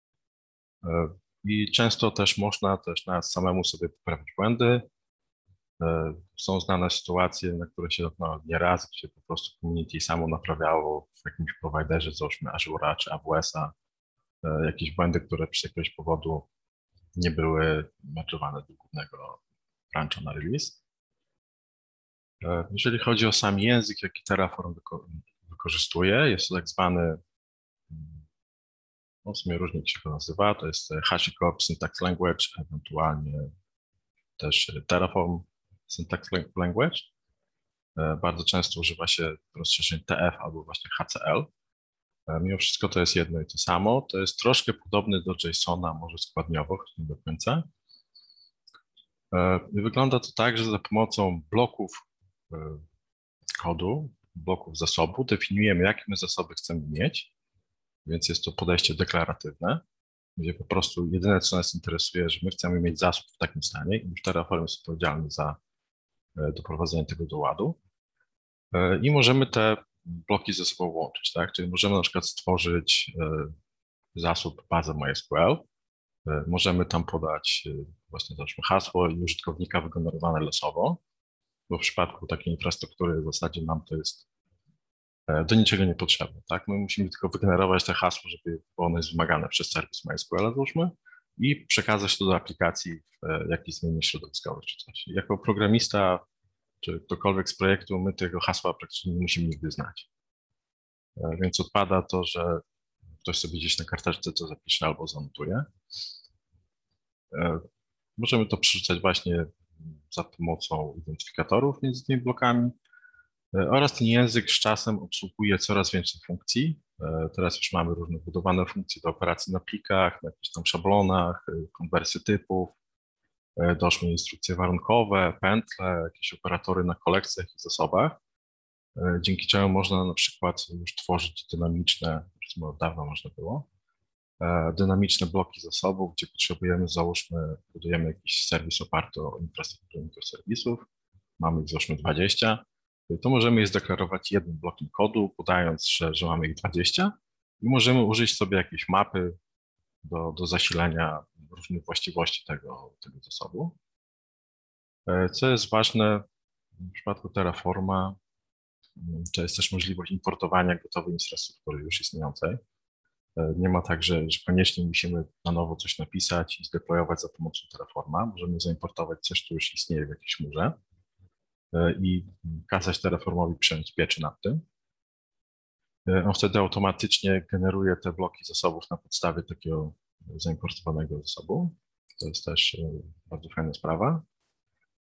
B: I często też można też nawet samemu sobie poprawić błędy. Są znane sytuacje, na które się no, nie raz, gdzie po prostu community samo naprawiało w jakimś prowajderze, załóżmy Azure'a czy A W S a, jakieś błędy, które z jakiegoś powodu nie były matchowane do głównego brancha na release. Jeżeli chodzi o sam język, jaki Terraform wyko wykorzystuje, jest to tak zwany, no w sumie różnie się to nazywa, to jest HashiCorp Syntax Language, ewentualnie też Terraform Syntax Language. Bardzo często używa się rozszerzeń T F albo właśnie H C L. Mimo wszystko to jest jedno i to samo. To jest troszkę podobny do JSON-a, może składniowo, choć nie do końca. Wygląda to tak, że za pomocą bloków kodu, bloków zasobu definiujemy, jakie my zasoby chcemy mieć, więc jest to podejście deklaratywne, gdzie po prostu jedyne, co nas interesuje, że my chcemy mieć zasób w takim stanie i już Terraform jest odpowiedzialny za doprowadzenie tego do ładu i możemy te bloki ze sobą łączyć, tak? Czyli możemy na przykład stworzyć zasób bazę MySQL, możemy tam podać właśnie załóżmy hasło i użytkownika wygenerowane losowo, bo w przypadku takiej infrastruktury w zasadzie nam to jest do niczego niepotrzebne, tak? My musimy tylko wygenerować te hasło, żeby ono jest wymagane przez serwis MySQL, załóżmy, i przekazać to do aplikacji w jakiejś zmianie środowiskowej czy coś. Jako programista czy ktokolwiek z projektu, my tego hasła praktycznie nie musimy nigdy znać. Więc odpada to, że ktoś sobie gdzieś na karteczce to zapisze albo zanotuje. Możemy to przerzucać właśnie za pomocą identyfikatorów między tymi blokami oraz ten język z czasem obsługuje coraz więcej funkcji. Teraz już mamy różne budowane funkcje do operacji na plikach, na jakichś tam szablonach, konwersje typów, doszły instrukcje warunkowe, pętle, jakieś operatory na kolekcjach i zasobach, dzięki czemu można na przykład już tworzyć dynamiczne, już od dawna można było, dynamiczne bloki zasobów, gdzie potrzebujemy, załóżmy, budujemy jakiś serwis oparty o infrastrukturę mikroserwisów, mamy ich załóżmy dwadzieścia, to możemy je zdeklarować jednym blokiem kodu, podając, że, że mamy ich dwadzieścia i możemy użyć sobie jakiejś mapy do, do zasilania różnych właściwości tego, tego zasobu. Co jest ważne w przypadku Terraforma, to jest też możliwość importowania gotowej infrastruktury już istniejącej. Nie ma tak, że, że koniecznie musimy na nowo coś napisać i zdeployować za pomocą Terraforma. Możemy zaimportować coś, co już istnieje w jakiejś chmurze i kazać Terraformowi przejąć pieczę nad tym. On wtedy automatycznie generuje te bloki zasobów na podstawie takiego zaimportowanego zasobu. To jest też bardzo fajna sprawa.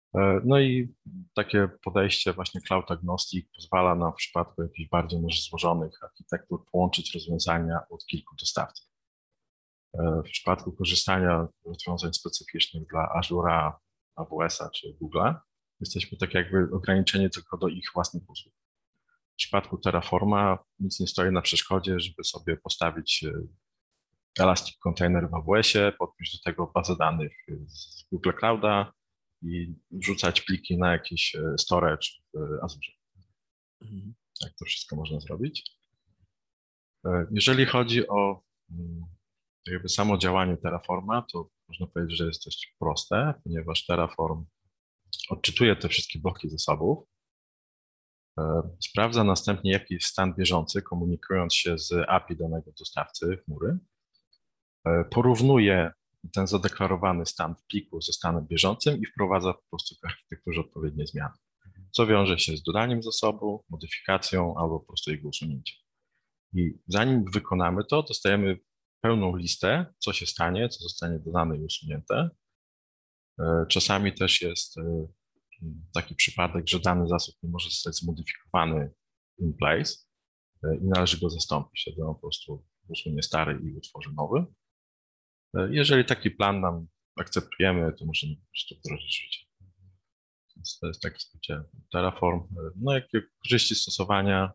B: No i takie podejście właśnie cloud agnostic pozwala nam w przypadku jakichś bardziej może złożonych architektur połączyć rozwiązania od kilku dostawców. W przypadku korzystania z rozwiązań specyficznych dla Azure'a, A W S-a czy Google'a jesteśmy tak jakby ograniczeni tylko do ich własnych usług. W przypadku Terraforma nic nie stoi na przeszkodzie, żeby sobie postawić Elastic Container w A W S-ie, podpiąć do tego bazę danych z Google Clouda i wrzucać pliki na jakiś storage w Azure. Mhm. Tak to wszystko można zrobić. Jeżeli chodzi o jakby samo działanie Terraforma, to można powiedzieć, że jest dość proste, ponieważ Terraform odczytuje te wszystkie bloki zasobów, sprawdza następnie, jaki jest stan bieżący, komunikując się z A P I danego dostawcy chmury, porównuje ten zadeklarowany stan w pliku ze stanem bieżącym i wprowadza po prostu w architekturze odpowiednie zmiany, co wiąże się z dodaniem zasobu, modyfikacją albo po prostu jego usunięciem. I zanim wykonamy to, dostajemy pełną listę, co się stanie, co zostanie dodane i usunięte. Czasami też jest taki przypadek, że dany zasób nie może zostać zmodyfikowany in place i należy go zastąpić, wtedy on po prostu usunie stary i utworzy nowy. Jeżeli taki plan nam akceptujemy, to możemy po prostu wdrożyć życie. Więc to jest tak w skrócie Terraform. No jakie korzyści stosowania?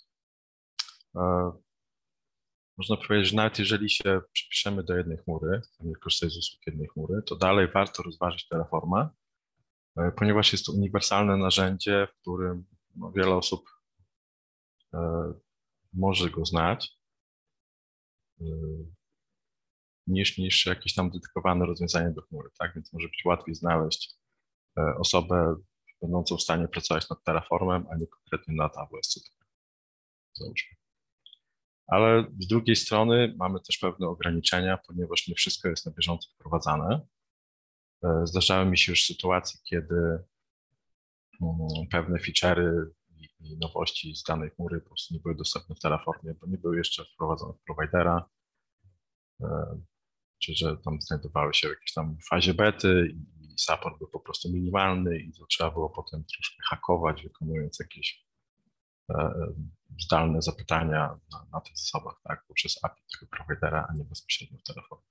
B: Można powiedzieć, że nawet jeżeli się przypiszemy do jednej chmury, a nie korzystać z usług jednej chmury, to dalej warto rozważyć Terraforma, ponieważ jest to uniwersalne narzędzie, w którym no, wiele osób e, może go znać, e, niż, niż jakieś tam dedykowane rozwiązanie do chmury, tak? Więc może być łatwiej znaleźć e, osobę będącą w stanie pracować nad Terraformem, a nie konkretnie nad A W S. Załóżmy. Ale z drugiej strony mamy też pewne ograniczenia, ponieważ nie wszystko jest na bieżąco wprowadzane. Zdarzały mi się już sytuacje, kiedy pewne feature'y i nowości z danej chmury po prostu nie były dostępne w Terraformie, bo nie były jeszcze wprowadzone w providera, czy że tam znajdowały się w jakiejś tam fazie bety i support był po prostu minimalny i to trzeba było potem troszkę hakować, wykonując jakieś zdalne zapytania na, na tych zasobach, tak, poprzez A P I tego providera, a nie bezpośrednio w Terraformie.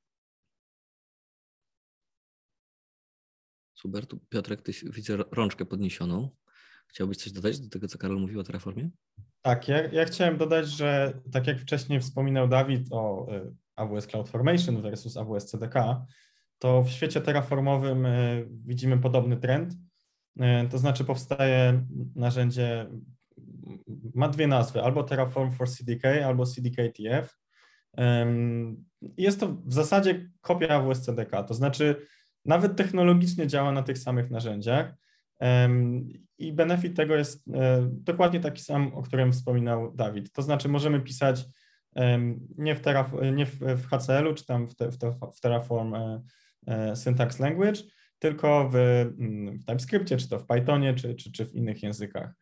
A: Super, tu Piotrek, ty widzę rączkę podniesioną. Chciałbyś coś dodać do tego, co Karol mówił o Terraformie?
D: Tak, ja, ja chciałem dodać, że tak jak wcześniej wspominał Dawid o A W S CloudFormation versus A W S C D K, to w świecie terraformowym widzimy podobny trend. To znaczy powstaje narzędzie, ma dwie nazwy, albo Terraform for C D K, albo C D K T F. Jest to w zasadzie kopia A W S C D K, to znaczy nawet technologicznie działa na tych samych narzędziach i benefit tego jest dokładnie taki sam, o którym wspominał Dawid. To znaczy możemy pisać nie w, Terraf- nie w H C L-u czy tam w, te, w, te, w Terraform Syntax Language, tylko w, w TypeScriptie, czy to w Pythonie, czy, czy, czy w innych językach.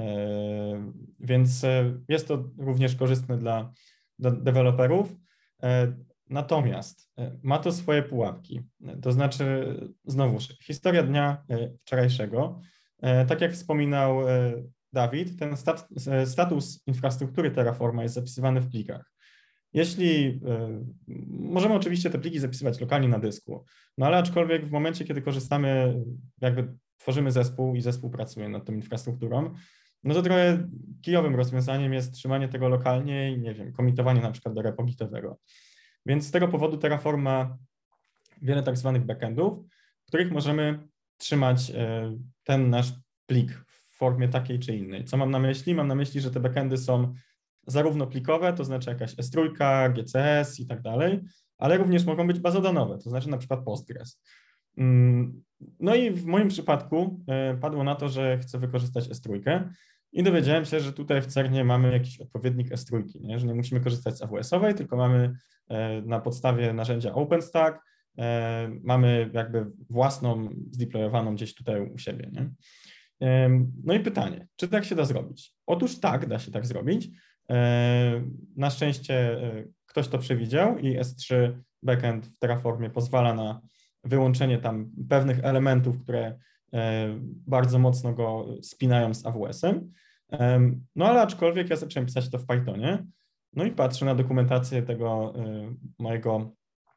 D: Więc jest to również korzystne dla, dla deweloperów. Natomiast ma to swoje pułapki, to znaczy znowuż historia dnia wczorajszego, tak jak wspominał Dawid, ten stat, status infrastruktury Terraforma jest zapisywany w plikach. Jeśli, możemy oczywiście te pliki zapisywać lokalnie na dysku, no ale aczkolwiek w momencie, kiedy korzystamy, jakby tworzymy zespół i zespół pracuje nad tą infrastrukturą, no to trochę kijowym rozwiązaniem jest trzymanie tego lokalnie i nie wiem, komitowanie na przykład do repo gitowego. Więc z tego powodu Terraform ma wiele tak zwanych backendów, w których możemy trzymać ten nasz plik w formie takiej czy innej. Co mam na myśli? Mam na myśli, że te backendy są zarówno plikowe, to znaczy jakaś S trzy, G C S i tak dalej, ale również mogą być bazodanowe, to znaczy na przykład Postgres. No i w moim przypadku padło na to, że chcę wykorzystać S trzy i dowiedziałem się, że tutaj w Cernie mamy jakiś odpowiednik S trzy, nie? Że nie musimy korzystać z A W S-owej, tylko mamy na podstawie narzędzia OpenStack, mamy jakby własną zdeployowaną gdzieś tutaj u siebie. Nie? No i pytanie, czy tak się da zrobić? Otóż tak, da się tak zrobić. Na szczęście ktoś to przewidział i S trzy backend w Terraformie pozwala na wyłączenie tam pewnych elementów, które bardzo mocno go spinają z A W S-em. No ale aczkolwiek ja zacząłem pisać to w Pythonie, no i patrzę na dokumentację tego mojego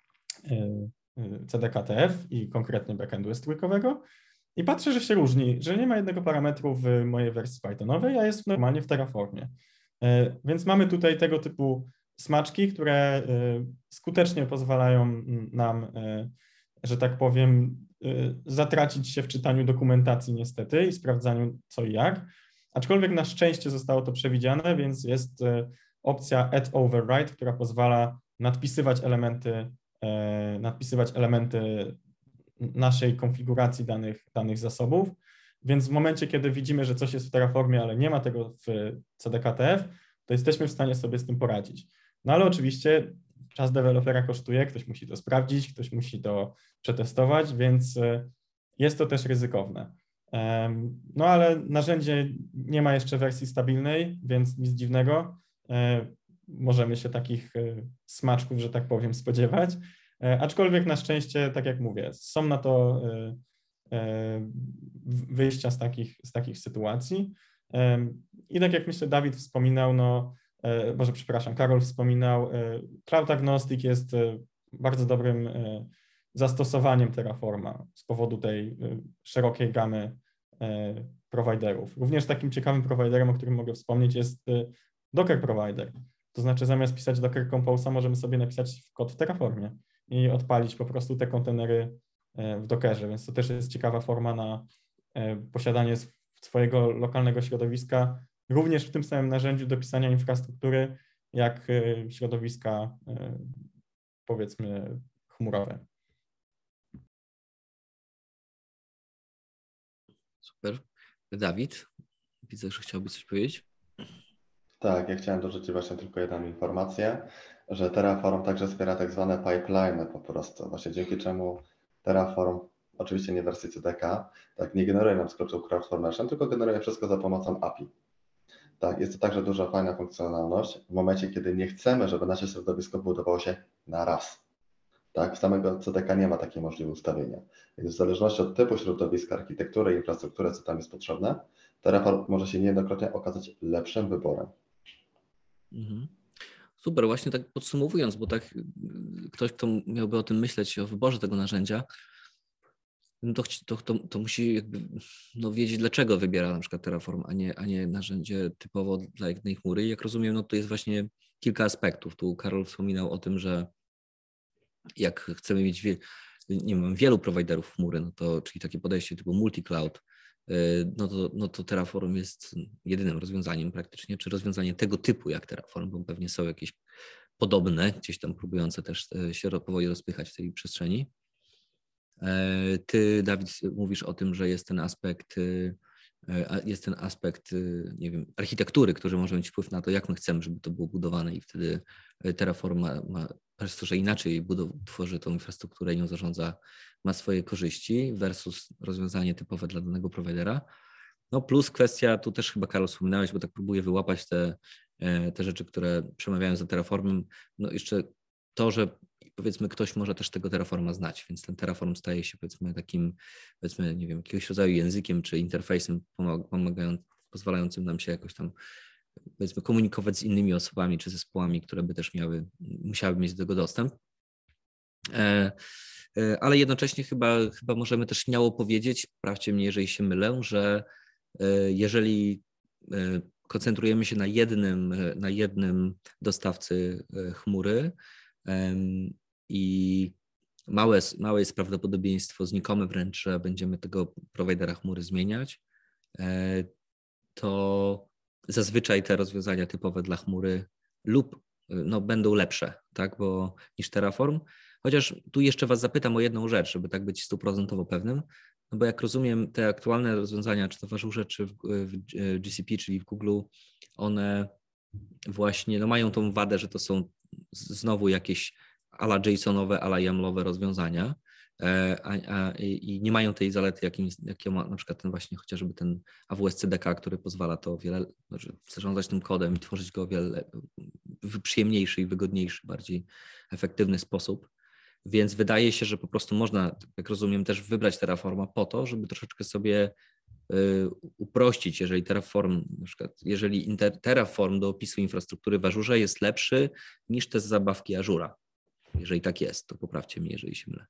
D: C D K T F i konkretnie backendu S trójkowego i patrzę, że się różni, że nie ma jednego parametru w mojej wersji Pythonowej, a jest normalnie w Terraformie. Więc mamy tutaj tego typu smaczki, które skutecznie pozwalają nam, że tak powiem, zatracić się w czytaniu dokumentacji niestety i sprawdzaniu co i jak. Aczkolwiek na szczęście zostało to przewidziane, więc jest opcja add override, która pozwala nadpisywać elementy, nadpisywać elementy naszej konfiguracji danych, danych zasobów. Więc w momencie, kiedy widzimy, że coś jest w Terraformie, ale nie ma tego w C D K T F, to jesteśmy w stanie sobie z tym poradzić. No ale oczywiście czas dewelopera kosztuje, ktoś musi to sprawdzić, ktoś musi to przetestować, więc jest to też ryzykowne. No ale narzędzie nie ma jeszcze wersji stabilnej, więc nic dziwnego. Możemy się takich smaczków, że tak powiem, spodziewać. Aczkolwiek na szczęście, tak jak mówię, są na to wyjścia z takich, z takich sytuacji. I tak jak myślę, Dawid wspominał, no może przepraszam, Karol wspominał, Cloud Agnostic jest bardzo dobrym zastosowaniem Terraforma z powodu tej szerokiej gamy prowajderów. Również takim ciekawym prowajderem, o którym mogę wspomnieć, jest Docker Provider. To znaczy zamiast pisać Docker Compose'a możemy sobie napisać kod w Terraformie i odpalić po prostu te kontenery w Dockerze, więc to też jest ciekawa forma na posiadanie swojego lokalnego środowiska, również w tym samym narzędziu do pisania infrastruktury, jak środowiska, powiedzmy, chmurowe.
A: Super. Dawid, widzę, że chciałbyś coś powiedzieć.
C: Tak, ja chciałem dorzucić właśnie tylko jedną informację, że Terraform także wspiera tak zwane pipeline po prostu, właśnie dzięki czemu Terraform, oczywiście nie w wersji C D K, tak nie generuje nam skrótu CloudFormation, tylko generuje wszystko za pomocą A P I. Tak, jest to także duża fajna funkcjonalność w momencie, kiedy nie chcemy, żeby nasze środowisko budowało się na raz. Tak, w samego C D K nie ma takiej możliwości ustawienia. Więc w zależności od typu środowiska, architektury, infrastruktury, co tam jest potrzebne, Terraform może się niejednokrotnie okazać lepszym wyborem.
A: Mhm. Super, właśnie tak podsumowując, bo tak ktoś, kto miałby o tym myśleć, o wyborze tego narzędzia, to, to, to, to musi jakby, no, wiedzieć, dlaczego wybiera na przykład Terraform, a nie, a nie narzędzie typowo dla jednej chmury. Jak rozumiem, no to jest właśnie kilka aspektów. Tu Karol wspominał o tym, że jak chcemy mieć wie, nie wiem, wielu prowajderów chmury, no to, czyli takie podejście typu multi-cloud, no to, no to Terraform jest jedynym rozwiązaniem praktycznie, czy rozwiązaniem tego typu jak Terraform, bo pewnie są jakieś podobne, gdzieś tam próbujące też się powoli rozpychać w tej przestrzeni. Ty, Dawid, mówisz o tym, że jest ten aspekt, jest ten aspekt, nie wiem, architektury, który może mieć wpływ na to, jak my chcemy, żeby to było budowane i wtedy Terraform ma, ma przez to, że inaczej budow- tworzy tą infrastrukturę i nią zarządza, ma swoje korzyści versus rozwiązanie typowe dla danego prowajdera. No plus kwestia, tu też chyba Karol wspominałeś, bo tak próbuję wyłapać te, te rzeczy, które przemawiają za Terraformem. No jeszcze to, że powiedzmy ktoś może też tego Terraforma znać, więc ten Terraform staje się powiedzmy takim, powiedzmy, nie wiem, jakiegoś rodzaju językiem czy interfejsem pomagającym, pozwalającym nam się jakoś tam powiedzmy komunikować z innymi osobami czy zespołami, które by też miały, musiały mieć do tego dostęp. Ale jednocześnie chyba, chyba możemy też śmiało powiedzieć, sprawdźcie mnie, jeżeli się mylę, że jeżeli koncentrujemy się na jednym, na jednym dostawcy chmury i małe, małe jest prawdopodobieństwo, znikome wręcz, że będziemy tego prowajdera chmury zmieniać, to zazwyczaj te rozwiązania typowe dla chmury lub no, będą lepsze, tak, bo niż Terraform. Chociaż tu jeszcze Was zapytam o jedną rzecz, żeby tak być stuprocentowo pewnym, no bo jak rozumiem, te aktualne rozwiązania, czy to w Azure, czy w, w G C P, czyli w Google, one właśnie no, mają tą wadę, że to są znowu jakieś a la JSON-owe, a la YAML-owe rozwiązania, A, a, i nie mają tej zalety, jakim, jakie ma na przykład ten właśnie chociażby ten A W S C D K, który pozwala to wiele, znaczy zarządzać tym kodem i tworzyć go o wiele przyjemniejszy i wygodniejszy, bardziej efektywny sposób. Więc wydaje się, że po prostu można, jak rozumiem, też wybrać Terraforma po to, żeby troszeczkę sobie uprościć, jeżeli Terraform, na przykład jeżeli Terraform do opisu infrastruktury w Azure jest lepszy niż te zabawki Azura. Jeżeli tak jest, to poprawcie mnie, jeżeli się mylę.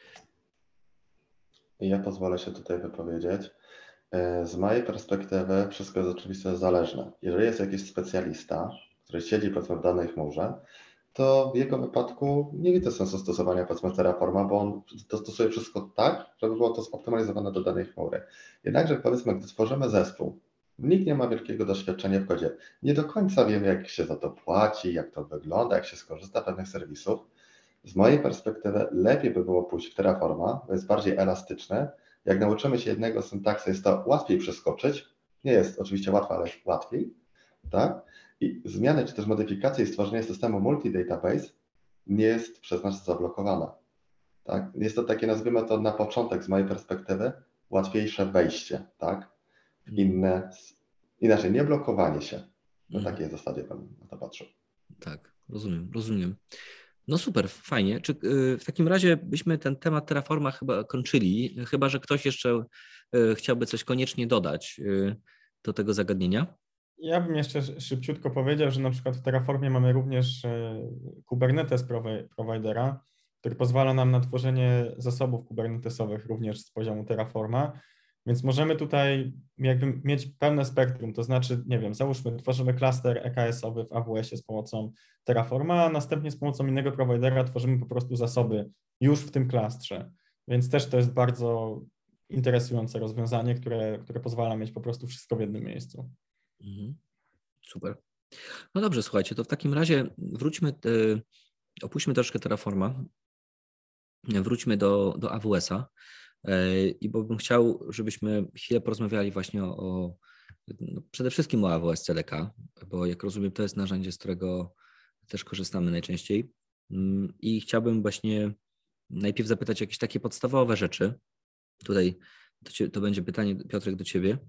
C: Ja pozwolę się tutaj wypowiedzieć. Z mojej perspektywy wszystko jest oczywiście zależne. Jeżeli jest jakiś specjalista, który siedzi powiedzmy w danej chmurze, to w jego wypadku nie widzę sensu stosowania powiedzmy Terraforma, bo on dostosuje wszystko tak, żeby było to zoptymalizowane do danej chmury. Jednakże powiedzmy, gdy tworzymy zespół, nikt nie ma wielkiego doświadczenia w kodzie, nie do końca wiemy, jak się za to płaci, jak to wygląda, jak się skorzysta z pewnych serwisów. Z mojej perspektywy lepiej by było pójść w Terraforma, bo jest bardziej elastyczny. Jak nauczymy się jednego syntaksu, jest to łatwiej przeskoczyć. Nie jest oczywiście łatwo, ale jest łatwiej. Tak? I zmiany czy też modyfikacje i stworzenie systemu multi-database nie jest przez nas zablokowana. Tak? Jest to takie, nazwijmy to na początek z mojej perspektywy, łatwiejsze wejście, tak? W inne, inaczej nie blokowanie się. Na
A: Mhm.
C: takiej zasadzie bym na to patrzył.
A: Tak, rozumiem, rozumiem. No super, fajnie. Czy w takim razie byśmy ten temat Terraforma chyba kończyli, chyba że ktoś jeszcze chciałby coś koniecznie dodać do tego zagadnienia?
D: Ja bym jeszcze szybciutko powiedział, że na przykład w Terraformie mamy również Kubernetes providera, który pozwala nam na tworzenie zasobów kubernetesowych również z poziomu Terraforma, więc możemy tutaj jakby mieć pełne spektrum, to znaczy, nie wiem, załóżmy, tworzymy klaster E K S-owy w A W S-ie z pomocą Terraforma, a następnie z pomocą innego providera tworzymy po prostu zasoby już w tym klastrze, więc też to jest bardzo interesujące rozwiązanie, które, które pozwala mieć po prostu wszystko w jednym miejscu.
A: Mhm. Super. No dobrze, słuchajcie, to w takim razie wróćmy, opuśćmy troszkę Terraforma, wróćmy do, do A W S-a i bo bym chciał, żebyśmy chwilę porozmawiali właśnie o, o no przede wszystkim o A W S C D K, bo jak rozumiem, to jest narzędzie, z którego też korzystamy najczęściej i chciałbym właśnie najpierw zapytać o jakieś takie podstawowe rzeczy. Tutaj to, to będzie pytanie, Piotrek, do Ciebie.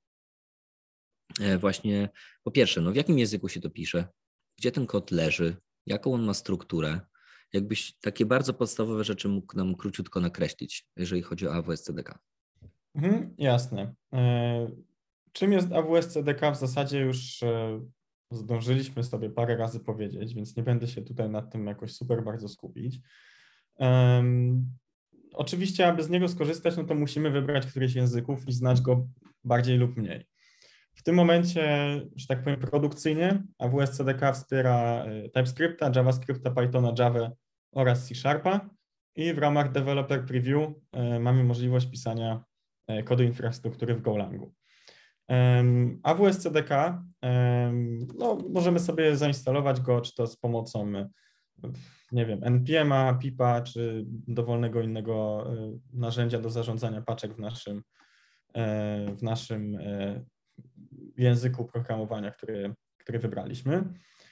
A: Właśnie po pierwsze, no w jakim języku się to pisze? Gdzie ten kod leży? Jaką on ma strukturę? Jakbyś takie bardzo podstawowe rzeczy mógł nam króciutko nakreślić, jeżeli chodzi o A W S C D K.
D: Mhm, jasne. Czym jest A W S C D K? W zasadzie już zdążyliśmy sobie parę razy powiedzieć, więc nie będę się tutaj nad tym jakoś super bardzo skupić. Um, oczywiście, aby z niego skorzystać, no to musimy wybrać któryś z języków i znać go bardziej lub mniej. W tym momencie, że tak powiem, produkcyjnie A W S C D K wspiera TypeScripta, JavaScripta, Pythona, Java oraz C Sharpa i w ramach Developer Preview mamy możliwość pisania kodu infrastruktury w Golangu. A W S C D K, no, możemy sobie zainstalować go, czy to z pomocą, nie wiem, N P M-a, pipa, czy dowolnego innego narzędzia do zarządzania paczek w naszym, w naszym języku programowania, który, który wybraliśmy.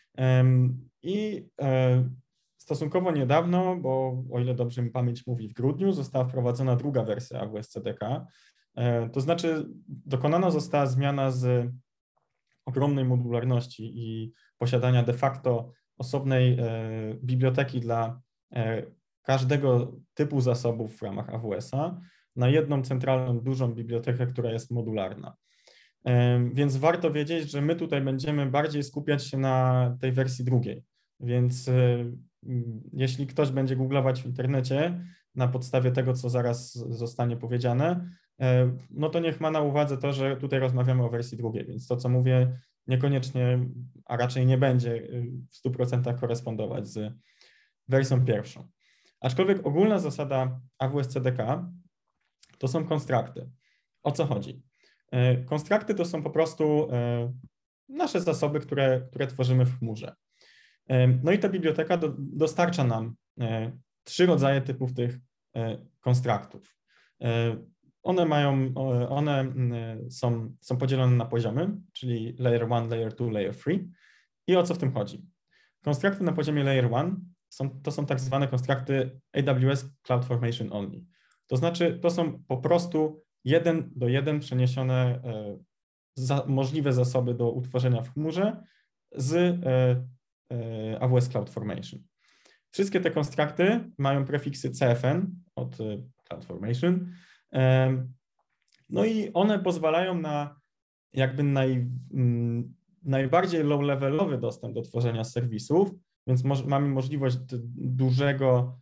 D: I stosunkowo niedawno, bo o ile dobrze mi pamięć mówi, w grudniu została wprowadzona druga wersja A W S C D K. To znaczy dokonana została zmiana z ogromnej modularności i posiadania de facto osobnej biblioteki dla każdego typu zasobów w ramach A W S-a na jedną centralną, dużą bibliotekę, która jest modularna. Więc warto wiedzieć, że my tutaj będziemy bardziej skupiać się na tej wersji drugiej. Więc jeśli ktoś będzie googlować w internecie na podstawie tego, co zaraz zostanie powiedziane, no to niech ma na uwadze to, że tutaj rozmawiamy o wersji drugiej, więc to, co mówię, niekoniecznie, a raczej nie będzie w stu procentach korespondować z wersją pierwszą. Aczkolwiek ogólna zasada A W S C D K to są konstrakty. O co chodzi? Konstrakty to są po prostu nasze zasoby, które, które tworzymy w chmurze. No i ta biblioteka do, dostarcza nam trzy rodzaje typów tych konstraktów. One mają, one są, są podzielone na poziomy, czyli layer one, layer two, layer three. I o co w tym chodzi? Konstrakty na poziomie layer one są, to są tak zwane konstrakty A W S CloudFormation Only. To znaczy, to są po prostu jeden do jeden przeniesione za, możliwe zasoby do utworzenia w chmurze z A W S CloudFormation. Wszystkie te konstrukty mają prefiksy C F N od CloudFormation. No i one pozwalają na jakby naj, najbardziej low-levelowy dostęp do tworzenia serwisów, więc mo- mamy możliwość dużego,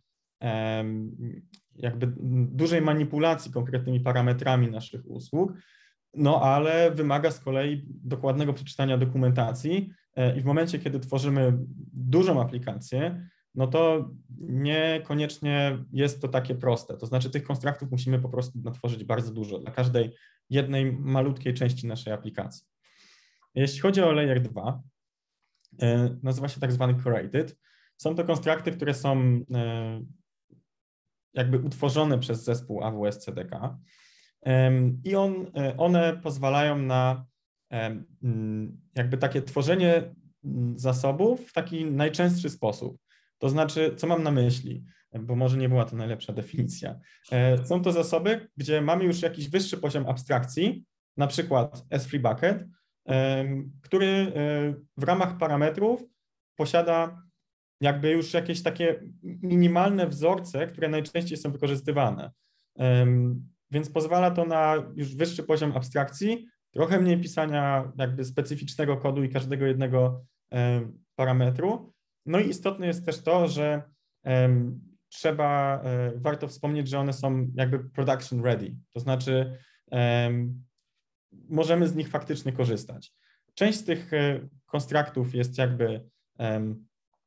D: jakby dużej manipulacji konkretnymi parametrami naszych usług, no ale wymaga z kolei dokładnego przeczytania dokumentacji i w momencie, kiedy tworzymy dużą aplikację, no to niekoniecznie jest to takie proste. To znaczy tych konstruktów musimy po prostu natworzyć bardzo dużo dla każdej jednej malutkiej części naszej aplikacji. Jeśli chodzi o layer dwa, nazywa się tak zwany curated. Są to konstrukty, które są jakby utworzone przez zespół A W S C D K i on, one pozwalają na jakby takie tworzenie zasobów w taki najczęstszy sposób. To znaczy, co mam na myśli, bo może nie była to najlepsza definicja. Są to zasoby, gdzie mamy już jakiś wyższy poziom abstrakcji, na przykład S trzy bucket, który w ramach parametrów posiada jakby już jakieś takie minimalne wzorce, które najczęściej są wykorzystywane. Więc pozwala to na już wyższy poziom abstrakcji, trochę mniej pisania jakby specyficznego kodu i każdego jednego parametru. No i istotne jest też to, że um, trzeba, um, warto wspomnieć, że one są jakby production ready, to znaczy um, możemy z nich faktycznie korzystać. Część z tych um, konstruktów jest jakby um,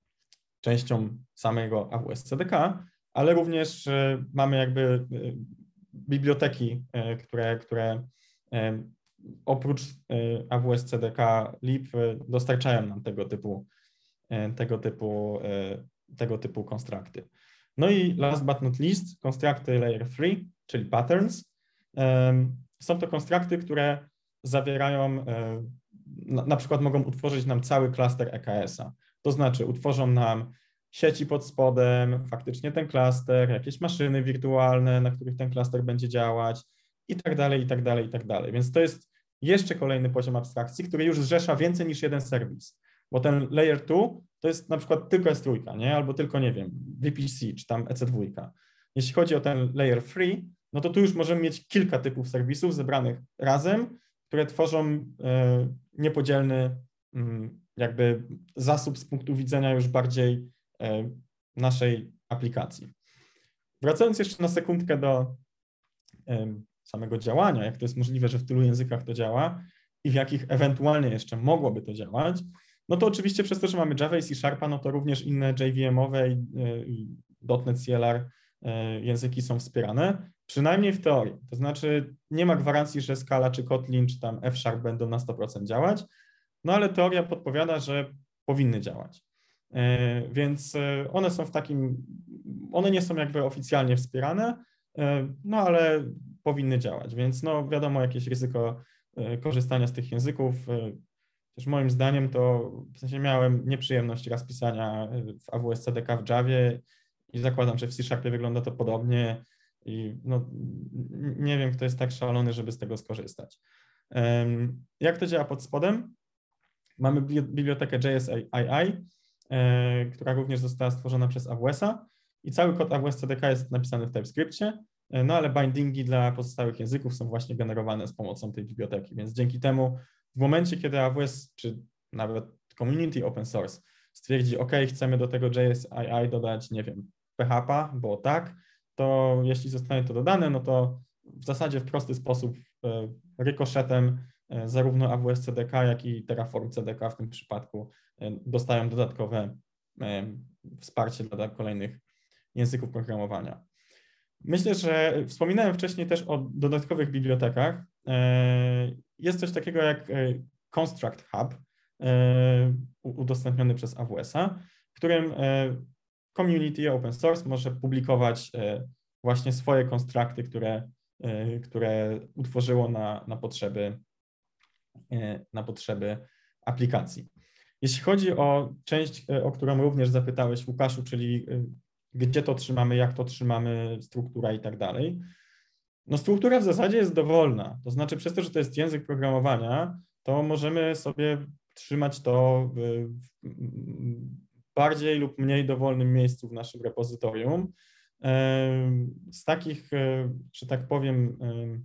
D: częścią samego A W S C D K, ale również um, mamy jakby um, biblioteki, um, które, które um, oprócz um, A W S C D K lib um, dostarczają nam tego typu tego typu, tego typu konstrukty. No i last but not least, konstrukty layer trzy, czyli patterns. Są to konstrukty, które zawierają, na, na przykład mogą utworzyć nam cały klaster E K S-a. To znaczy utworzą nam sieci pod spodem, faktycznie ten klaster, jakieś maszyny wirtualne, na których ten klaster będzie działać i tak dalej, i tak dalej, i tak dalej. Więc to jest jeszcze kolejny poziom abstrakcji, który już zrzesza więcej niż jeden serwis. Bo ten layer dwa to jest na przykład tylko S trzy, nie? Albo tylko, nie wiem, V P C czy tam E C dwa. Jeśli chodzi o ten layer trzy, no to tu już możemy mieć kilka typów serwisów zebranych razem, które tworzą e, niepodzielny m, jakby zasób z punktu widzenia już bardziej e, naszej aplikacji. Wracając jeszcze na sekundkę do e, samego działania, jak to jest możliwe, że w tylu językach to działa i w jakich ewentualnie jeszcze mogłoby to działać, no to oczywiście przez to, że mamy Java i C Sharpa, no to również inne J V M-owe i, i .NET C L R języki są wspierane, przynajmniej w teorii. To znaczy nie ma gwarancji, że Scala czy Kotlin czy tam F Sharp będą na sto procent działać, no ale teoria podpowiada, że powinny działać. Więc one są w takim, one nie są jakby oficjalnie wspierane, no ale powinny działać, więc no wiadomo jakieś ryzyko korzystania z tych języków. Też moim zdaniem to, w sensie miałem nieprzyjemność raz pisania w A W S C D K w Javie i zakładam, że w C Sharpie wygląda to podobnie i no, nie wiem, kto jest tak szalony, żeby z tego skorzystać. Jak to działa pod spodem? Mamy bibliotekę J S I I, która również została stworzona przez A W S-a i cały kod A W S C D K jest napisany w TypeScriptie, no ale bindingi dla pozostałych języków są właśnie generowane z pomocą tej biblioteki, więc dzięki temu w momencie, kiedy A W S czy nawet community open source stwierdzi, OK, chcemy do tego J S I I dodać, nie wiem, P H P, bo tak, to jeśli zostanie to dodane, no to w zasadzie w prosty sposób rykoszetem zarówno A W S C D K, jak i Terraform C D K w tym przypadku dostają dodatkowe wsparcie dla kolejnych języków programowania. Myślę, że wspominałem wcześniej też o dodatkowych bibliotekach. Jest coś takiego jak Construct Hub udostępniony przez A W S-a, w którym community open source może publikować właśnie swoje konstrukty, które, które utworzyło na, na, potrzeby, na potrzeby aplikacji. Jeśli chodzi o część, o którą również zapytałeś, Łukaszu, czyli gdzie to trzymamy, jak to trzymamy, struktura i tak dalej. No struktura w zasadzie jest dowolna, to znaczy przez to, że to jest język programowania, to możemy sobie trzymać to w, bardziej lub mniej dowolnym miejscu w naszym repozytorium. Z takich, że tak powiem,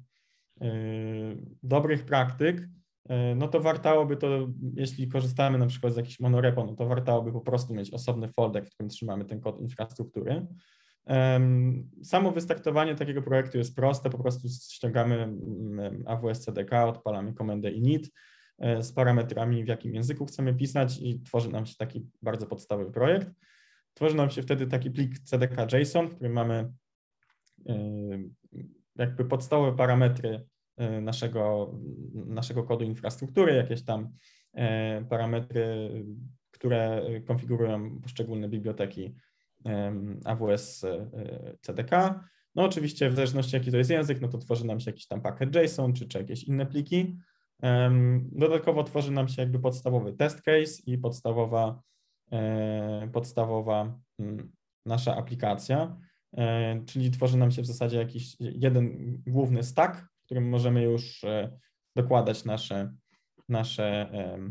D: dobrych praktyk, no to wartałoby to, jeśli korzystamy na przykład z jakichś monorepo, no to wartałoby po prostu mieć osobny folder, w którym trzymamy ten kod infrastruktury. Samo wystartowanie takiego projektu jest proste, po prostu ściągamy A W S C D K, odpalamy komendę init z parametrami, w jakim języku chcemy pisać i tworzy nam się taki bardzo podstawowy projekt. Tworzy nam się wtedy taki plik C D K JSON, w którym mamy jakby podstawowe parametry naszego, naszego kodu infrastruktury, jakieś tam parametry, które konfigurują poszczególne biblioteki A W S C D K. No oczywiście w zależności jaki to jest język, no to tworzy nam się jakiś tam pakiet JSON czy, czy jakieś inne pliki. Dodatkowo tworzy nam się jakby podstawowy test case i podstawowa, podstawowa nasza aplikacja, czyli tworzy nam się w zasadzie jakiś jeden główny stack, w którym możemy już dokładać nasze, nasze,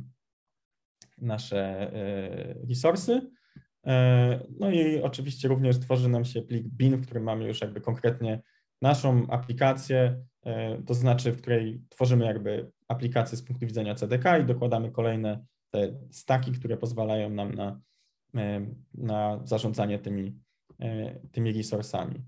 D: nasze resursy. No i oczywiście również tworzy nam się plik bin, w którym mamy już jakby konkretnie naszą aplikację, to znaczy w której tworzymy jakby aplikację z punktu widzenia C D K i dokładamy kolejne te staki, które pozwalają nam na, na zarządzanie tymi, tymi resursami.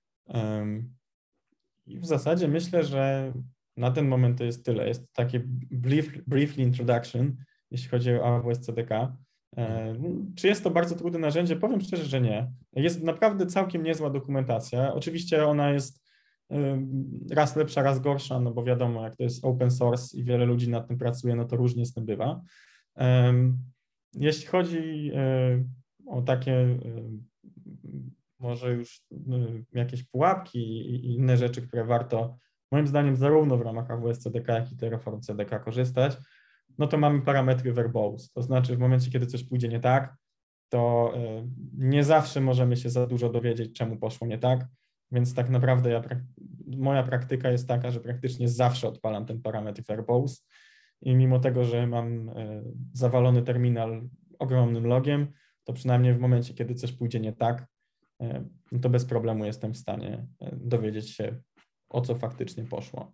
D: I w zasadzie myślę, że na ten moment to jest tyle. Jest takie brief, briefly introduction, jeśli chodzi o A W S C D K. Czy jest to bardzo trudne narzędzie? Powiem szczerze, że nie. Jest naprawdę całkiem niezła dokumentacja. Oczywiście ona jest raz lepsza, raz gorsza, no bo wiadomo, jak to jest open source i wiele ludzi nad tym pracuje, no to różnie z tym bywa. Jeśli chodzi o takie może już jakieś pułapki i inne rzeczy, które warto, moim zdaniem, zarówno w ramach A W S C D K, jak i Terraform C D K korzystać, no to mamy parametry verbose. To znaczy w momencie, kiedy coś pójdzie nie tak, to nie zawsze możemy się za dużo dowiedzieć, czemu poszło nie tak, więc tak naprawdę ja, moja praktyka jest taka, że praktycznie zawsze odpalam ten parametr verbose i mimo tego, że mam zawalony terminal ogromnym logiem, to przynajmniej w momencie, kiedy coś pójdzie nie tak, no to bez problemu jestem w stanie dowiedzieć się, o co faktycznie poszło.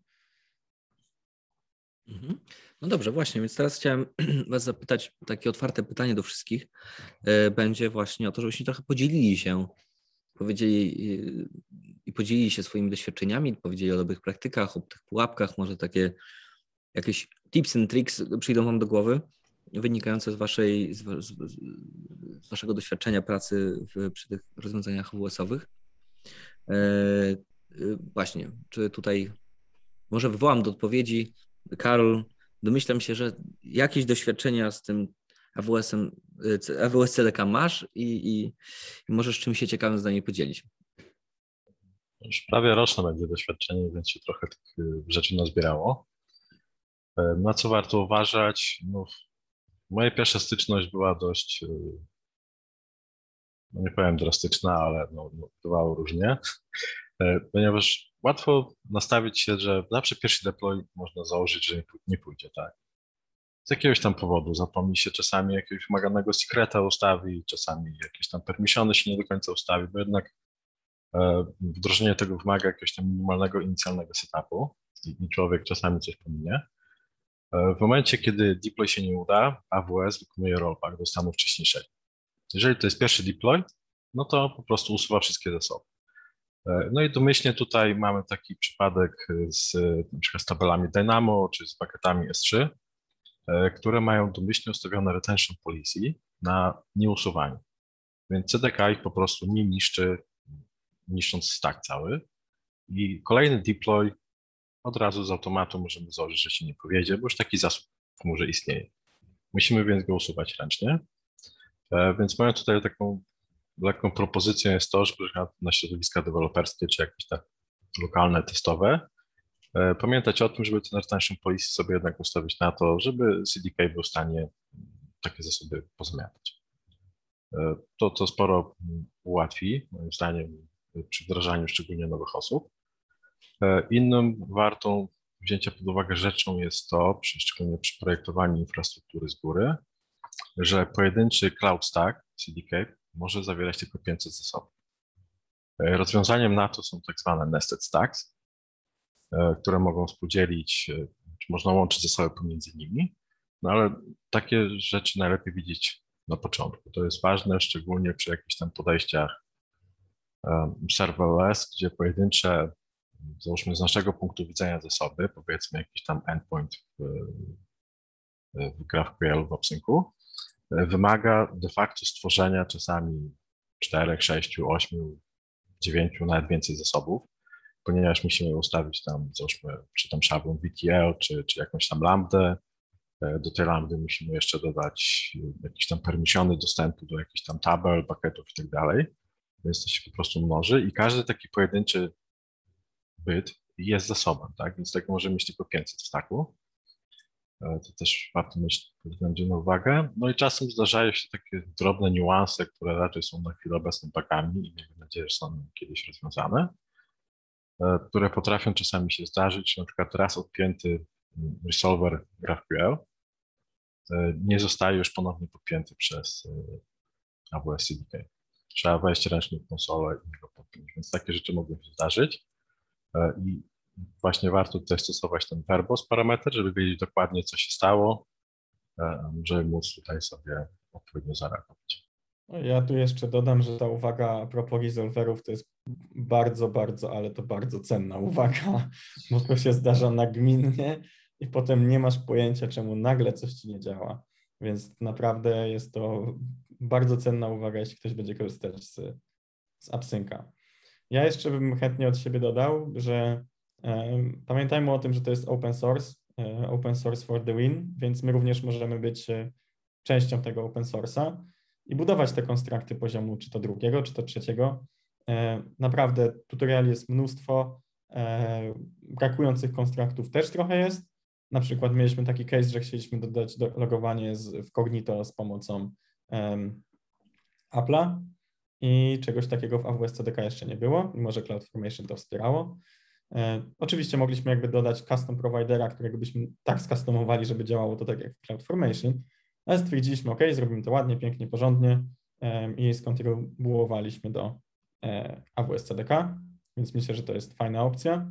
A: No dobrze, właśnie, więc teraz chciałem Was zapytać, takie otwarte pytanie do wszystkich, będzie właśnie o to, żebyście trochę podzielili się, powiedzieli i podzielili się swoimi doświadczeniami, powiedzieli o dobrych praktykach, o tych pułapkach, może takie jakieś tips and tricks przyjdą Wam do głowy, wynikające z, waszej, z, z, z Waszego doświadczenia pracy w, przy tych rozwiązaniach A W S-owych. E, właśnie, czy tutaj może wywołam do odpowiedzi, Karol, domyślam się, że jakieś doświadczenia z tym A W S-em, A W S C D K masz i, i, i możesz czymś się ciekawym z nami podzielić.
B: Już prawie roczne będzie doświadczenie, więc się trochę tych rzeczy nazbierało. Na co warto uważać? No, moja pierwsza styczność była dość, no nie powiem drastyczna, ale no, no, bywało różnie, ponieważ łatwo nastawić się, że zawsze pierwszy deploy można założyć, że nie pójdzie, tak. Z jakiegoś tam powodu zapomni się czasami jakiegoś wymaganego secreta ustawi, czasami jakieś tam permissiony się nie do końca ustawi, bo jednak wdrożenie tego wymaga jakiegoś tam minimalnego inicjalnego setupu i człowiek czasami coś pominie. W momencie, kiedy deploy się nie uda, A W S wykonuje rollback do stanu wcześniejszego. Jeżeli to jest pierwszy deploy, no to po prostu usuwa wszystkie zasoby. No i domyślnie tutaj mamy taki przypadek z na przykład z tabelami Dynamo czy z pakietami S trzy, które mają domyślnie ustawione retention policy na nieusuwanie. Więc C D K ich po prostu nie niszczy, niszcząc stack cały. I kolejny deploy od razu z automatu możemy założyć, że się nie powiedzie, bo już taki zasób w chmurze istnieje. Musimy więc go usuwać ręcznie. Więc moją tutaj taką lekką propozycją jest to, żeby na środowiska deweloperskie czy jakieś te lokalne testowe pamiętać o tym, żeby ten retention policy sobie jednak ustawić na to, żeby C D K był w stanie takie zasoby pozamiatać. To, to sporo ułatwi, moim zdaniem, przy wdrażaniu szczególnie nowych osób. Inną wartą wzięcia pod uwagę rzeczą jest to, przy, szczególnie przy projektowaniu infrastruktury z góry, że pojedynczy Cloud Stack, C D K, może zawierać tylko pięćset zasobów. Rozwiązaniem na to są tak zwane nested stacks, które mogą współdzielić, czy można łączyć zasoby pomiędzy nimi, no ale takie rzeczy najlepiej widzieć na początku. To jest ważne, szczególnie przy jakichś tam podejściach serverless, gdzie pojedyncze, załóżmy z naszego punktu widzenia zasoby, powiedzmy jakiś tam endpoint w, w GraphQL w AppSyncu, wymaga de facto stworzenia czasami czterech, sześciu, ośmiu, dziewięciu, nawet więcej zasobów, ponieważ musimy ustawić tam, załóżmy, czy tam szablon V T L, czy, czy jakąś tam lambdę. Do tej lambdy musimy jeszcze dodać jakieś tam permissiony dostępu do jakichś tam tabel, bucketów i tak dalej, więc to się po prostu mnoży i każdy taki pojedynczy byt jest zasobem, tak, więc tego możemy mieć tylko pięćset w stacku. To też warto mieć pod względem na uwagę. No i czasem zdarzają się takie drobne niuanse, które raczej są na chwilę obecną bugami i miejmy nadzieję, że są kiedyś rozwiązane, które potrafią czasami się zdarzyć, na przykład raz odpięty resolver GraphQL nie zostaje już ponownie podpięty przez A W S C D K. Trzeba wejść ręcznie w konsolę i go podpiąć, więc takie rzeczy mogą się zdarzyć i właśnie warto tutaj stosować ten verbose parametr, żeby wiedzieć dokładnie, co się stało, żeby móc tutaj sobie odpowiednio zareagować.
D: Ja tu jeszcze dodam, że ta uwaga a propos resolverów to jest bardzo, bardzo, ale to bardzo cenna uwaga, bo to się zdarza nagminnie i potem nie masz pojęcia, czemu nagle coś ci nie działa. Więc naprawdę jest to bardzo cenna uwaga, jeśli ktoś będzie korzystać z, z AppSynca. Ja jeszcze bym chętnie od siebie dodał, że e, pamiętajmy o tym, że to jest open source, e, open source for the win, więc my również możemy być e, częścią tego open source'a i budować te konstrukty poziomu czy to drugiego, czy to trzeciego. E, naprawdę tutoriali jest mnóstwo, e, brakujących konstruktów też trochę jest. Na przykład mieliśmy taki case, że chcieliśmy dodać do, logowanie z, w Cognito z pomocą um, Apple'a i czegoś takiego w A W S C D K jeszcze nie było, mimo że CloudFormation to wspierało. E, oczywiście mogliśmy jakby dodać custom providera, którego byśmy tak skustomowali, żeby działało to tak jak w CloudFormation, ale stwierdziliśmy, OK, zrobimy to ładnie, pięknie, porządnie e, i skontrybuowaliśmy do e, A W S C D K, więc myślę, że to jest fajna opcja.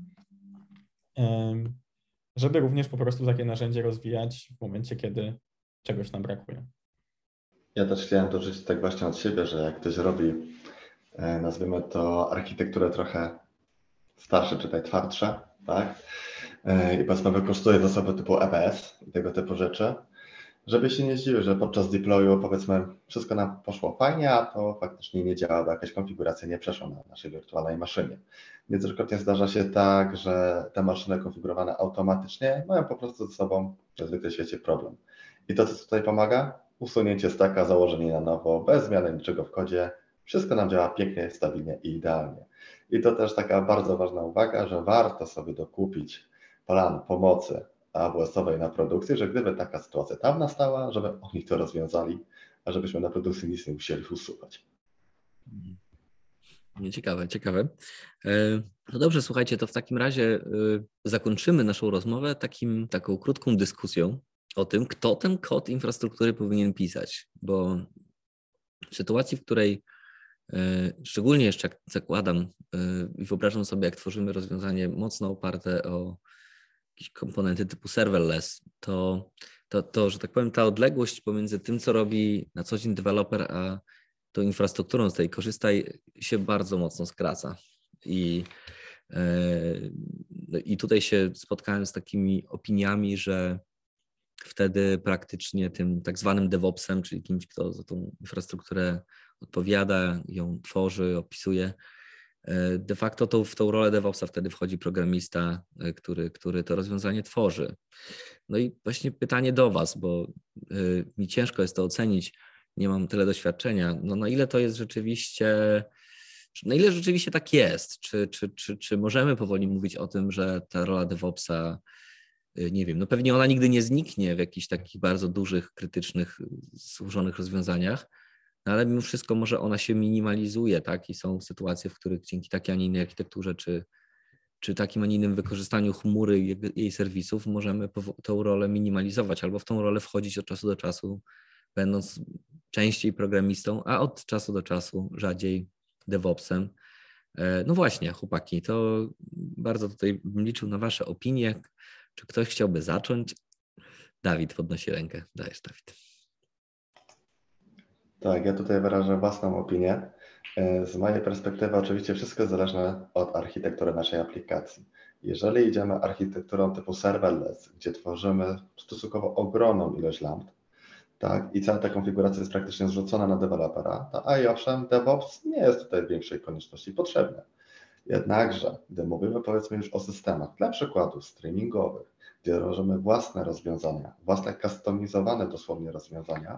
D: E, żeby również po prostu takie narzędzie rozwijać w momencie, kiedy czegoś nam brakuje.
C: Ja też chciałem dorzucić tak właśnie od siebie, że jak ktoś robi, nazwijmy to architekturę trochę starsze, czy tak twardsze, tak, i powiedzmy wykorzystuje zasoby typu E B S i tego typu rzeczy, żeby się nie zdziwił, że podczas deployu powiedzmy wszystko nam poszło fajnie, a to faktycznie nie działa, bo jakaś konfiguracja nie przeszła na naszej wirtualnej maszynie. Niejednokrotnie zdarza się tak, że te maszyny konfigurowane automatycznie mają po prostu ze sobą w zwykłym świecie problem. I to, co tutaj pomaga? Usunięcie stacka, założenie na nowo, bez zmiany niczego w kodzie. Wszystko nam działa pięknie, stabilnie i idealnie. I to też taka bardzo ważna uwaga, że warto sobie dokupić plan pomocy A W S-owej na produkcji, że gdyby taka sytuacja tam nastała, żeby oni to rozwiązali, a żebyśmy na produkcji nic nie musieli usuwać.
A: Ciekawe, ciekawe. No dobrze, słuchajcie, to w takim razie zakończymy naszą rozmowę takim, taką krótką dyskusją o tym, kto ten kod infrastruktury powinien pisać, bo w sytuacji, w której szczególnie jeszcze jak zakładam i wyobrażam sobie, jak tworzymy rozwiązanie mocno oparte o jakieś komponenty typu serverless, to, to, to, że tak powiem, ta odległość pomiędzy tym, co robi na co dzień deweloper, a tą infrastrukturą z tej korzysta, się bardzo mocno skraca. I, yy, i tutaj się spotkałem z takimi opiniami, że wtedy praktycznie tym tak zwanym DevOpsem, czyli kimś, kto za tą infrastrukturę odpowiada, ją tworzy, opisuje, de facto to w tą rolę DevOpsa wtedy wchodzi programista, który, który to rozwiązanie tworzy. No i właśnie pytanie do Was, bo mi ciężko jest to ocenić, nie mam tyle doświadczenia, no na ile to jest rzeczywiście, na ile rzeczywiście tak jest? Czy, czy, czy, czy możemy powoli mówić o tym, że ta rola DevOpsa, nie wiem, no pewnie ona nigdy nie zniknie w jakichś takich bardzo dużych, krytycznych, złożonych rozwiązaniach, no ale mimo wszystko może ona się minimalizuje, tak? I są sytuacje, w których dzięki takiej, a nie innej architekturze, czy, czy takim, a nie innym wykorzystaniu chmury i jej serwisów możemy tę rolę minimalizować albo w tą rolę wchodzić od czasu do czasu będąc częściej programistą, a od czasu do czasu rzadziej DevOpsem. No właśnie, chłopaki, to bardzo tutaj bym liczył na wasze opinie. Czy ktoś chciałby zacząć? Dawid podnosi rękę. Dajesz, Dawid.
C: Tak, ja tutaj wyrażę własną opinię. Z mojej perspektywy oczywiście wszystko jest zależne od architektury naszej aplikacji. Jeżeli idziemy architekturą typu serverless, gdzie tworzymy stosunkowo ogromną ilość lamp, tak, i cała ta konfiguracja jest praktycznie zrzucona na dewelopera, to a i owszem, DevOps nie jest tutaj większej konieczności potrzebny. Jednakże, gdy mówimy powiedzmy już o systemach, dla przykładu streamingowych, gdzie tworzymy własne rozwiązania, własne customizowane dosłownie rozwiązania,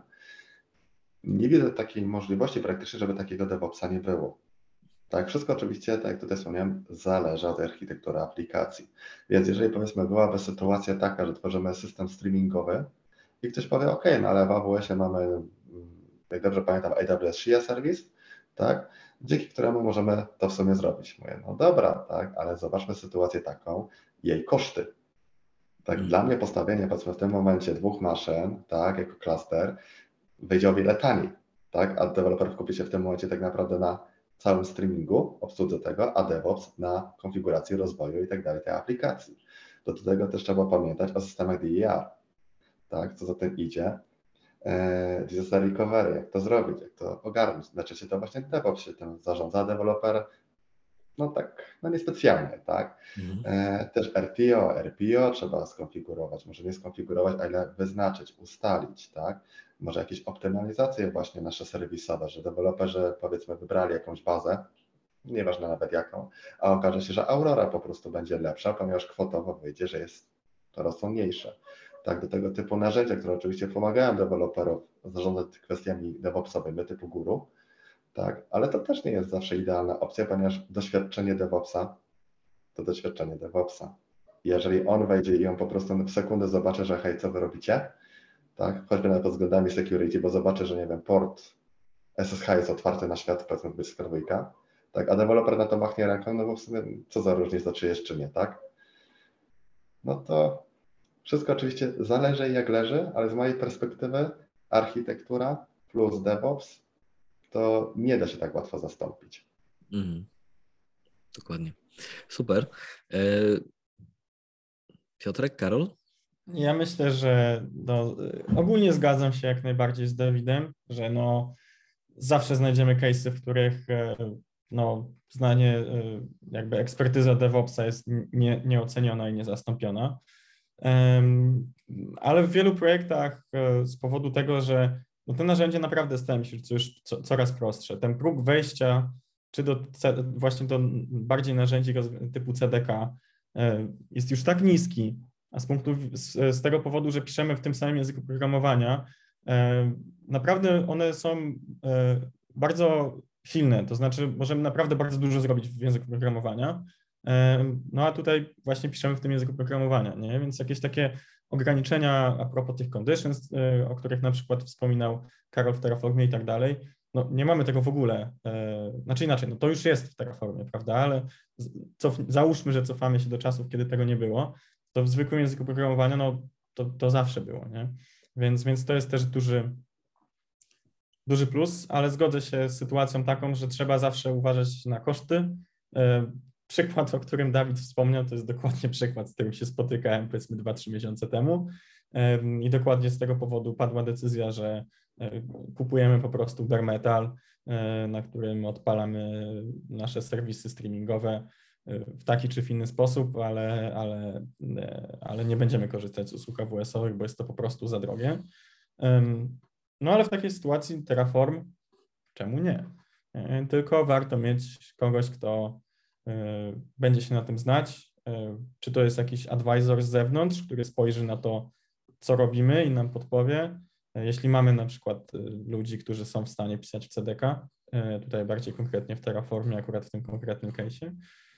C: nie widzę takiej możliwości praktycznie, żeby takiego DevOpsa nie było. Tak, wszystko oczywiście, tak jak tutaj wspomniałem, zależy od architektury aplikacji. Więc jeżeli powiedzmy byłaby sytuacja taka, że tworzymy system streamingowy i ktoś powie, ok, no ale w A W S-ie mamy, jak dobrze pamiętam, A W S Shia Service, tak, dzięki któremu możemy to w sumie zrobić. Mówię, no dobra, tak, ale zobaczmy sytuację taką, jej koszty. Tak, hmm. Dla mnie postawienie powiedzmy w tym momencie dwóch maszyn, tak, jako klaster, wyjdzie o wiele taniej, tak, a deweloper kupi się w tym momencie tak naprawdę na całym streamingu, obsłudze tego, a DevOps na konfiguracji, rozwoju i tak dalej tej aplikacji. Do tego też trzeba pamiętać o systemach D E R, tak, co za tym idzie, e, disaster recovery, jak to zrobić, jak to ogarnąć. Znaczy się to właśnie DevOps się tym zarządza, a deweloper no tak, no niespecjalnie, tak. Mhm. E, też R T O, R P O trzeba skonfigurować, może nie skonfigurować, ale wyznaczyć, ustalić, tak. Może jakieś optymalizacje właśnie nasze serwisowe, że deweloperzy powiedzmy wybrali jakąś bazę, nieważne nawet jaką, a okaże się, że Aurora po prostu będzie lepsza, ponieważ kwotowo wyjdzie, że jest to rozsądniejsze. Tak, do tego typu narzędzia, które oczywiście pomagają deweloperom zarządzać kwestiami DevOpsowymi typu Guru, tak, ale to też nie jest zawsze idealna opcja, ponieważ doświadczenie DevOpsa to doświadczenie DevOpsa. Jeżeli on wejdzie i on po prostu w sekundę zobaczy, że hej, co wy robicie, tak, choćby nawet pod względami security, bo zobaczy, że nie wiem, port S S H jest otwarty na świat, powiedzmy blisko dwójka, tak, a deweloper na to machnie ręką, no bo w sumie co za różnica, czy jest, czy nie, tak? No to wszystko oczywiście zależy jak leży, ale z mojej perspektywy architektura plus DevOps to nie da się tak łatwo zastąpić.
A: Mhm. Dokładnie. Super. E... Piotrek, Karol?
D: Ja myślę, że no, ogólnie zgadzam się jak najbardziej z Dawidem, że no, zawsze znajdziemy case'y, w których no, znanie, jakby ekspertyza DevOpsa jest nie, nieoceniona i niezastąpiona. Ale w wielu projektach z powodu tego, że no, te narzędzia naprawdę stają się już co, coraz prostsze. Ten próg wejścia czy do właśnie do bardziej narzędzi typu C D K jest już tak niski, a z punktu z, z tego powodu, że piszemy w tym samym języku programowania, naprawdę one są bardzo silne, to znaczy możemy naprawdę bardzo dużo zrobić w języku programowania, no a tutaj właśnie piszemy w tym języku programowania, nie? Więc jakieś takie ograniczenia a propos tych conditions, o których na przykład wspominał Karol w Terraformie i tak dalej, no nie mamy tego w ogóle, znaczy inaczej, no to już jest w Terraformie, prawda, ale cof, załóżmy, że cofamy się do czasów, kiedy tego nie było, to w zwykłym języku programowania, no to, to zawsze było, nie? Więc, więc to jest też duży, duży plus, ale zgodzę się z sytuacją taką, że trzeba zawsze uważać na koszty. Przykład, o którym Dawid wspomniał, to jest dokładnie przykład, z którym się spotykałem powiedzmy dwa trzy miesiące temu i dokładnie z tego powodu padła decyzja, że kupujemy po prostu bare metal, na którym odpalamy nasze serwisy streamingowe w taki czy w inny sposób, ale, ale, ale nie będziemy korzystać z usług A W S-owych, bo jest to po prostu za drogie. No ale w takiej sytuacji Terraform, czemu nie? Tylko warto mieć kogoś, kto będzie się na tym znać, czy to jest jakiś advisor z zewnątrz, który spojrzy na to, co robimy i nam podpowie. Jeśli mamy na przykład ludzi, którzy są w stanie pisać w C D K, tutaj bardziej konkretnie w Terraformie, akurat w tym konkretnym case'ie.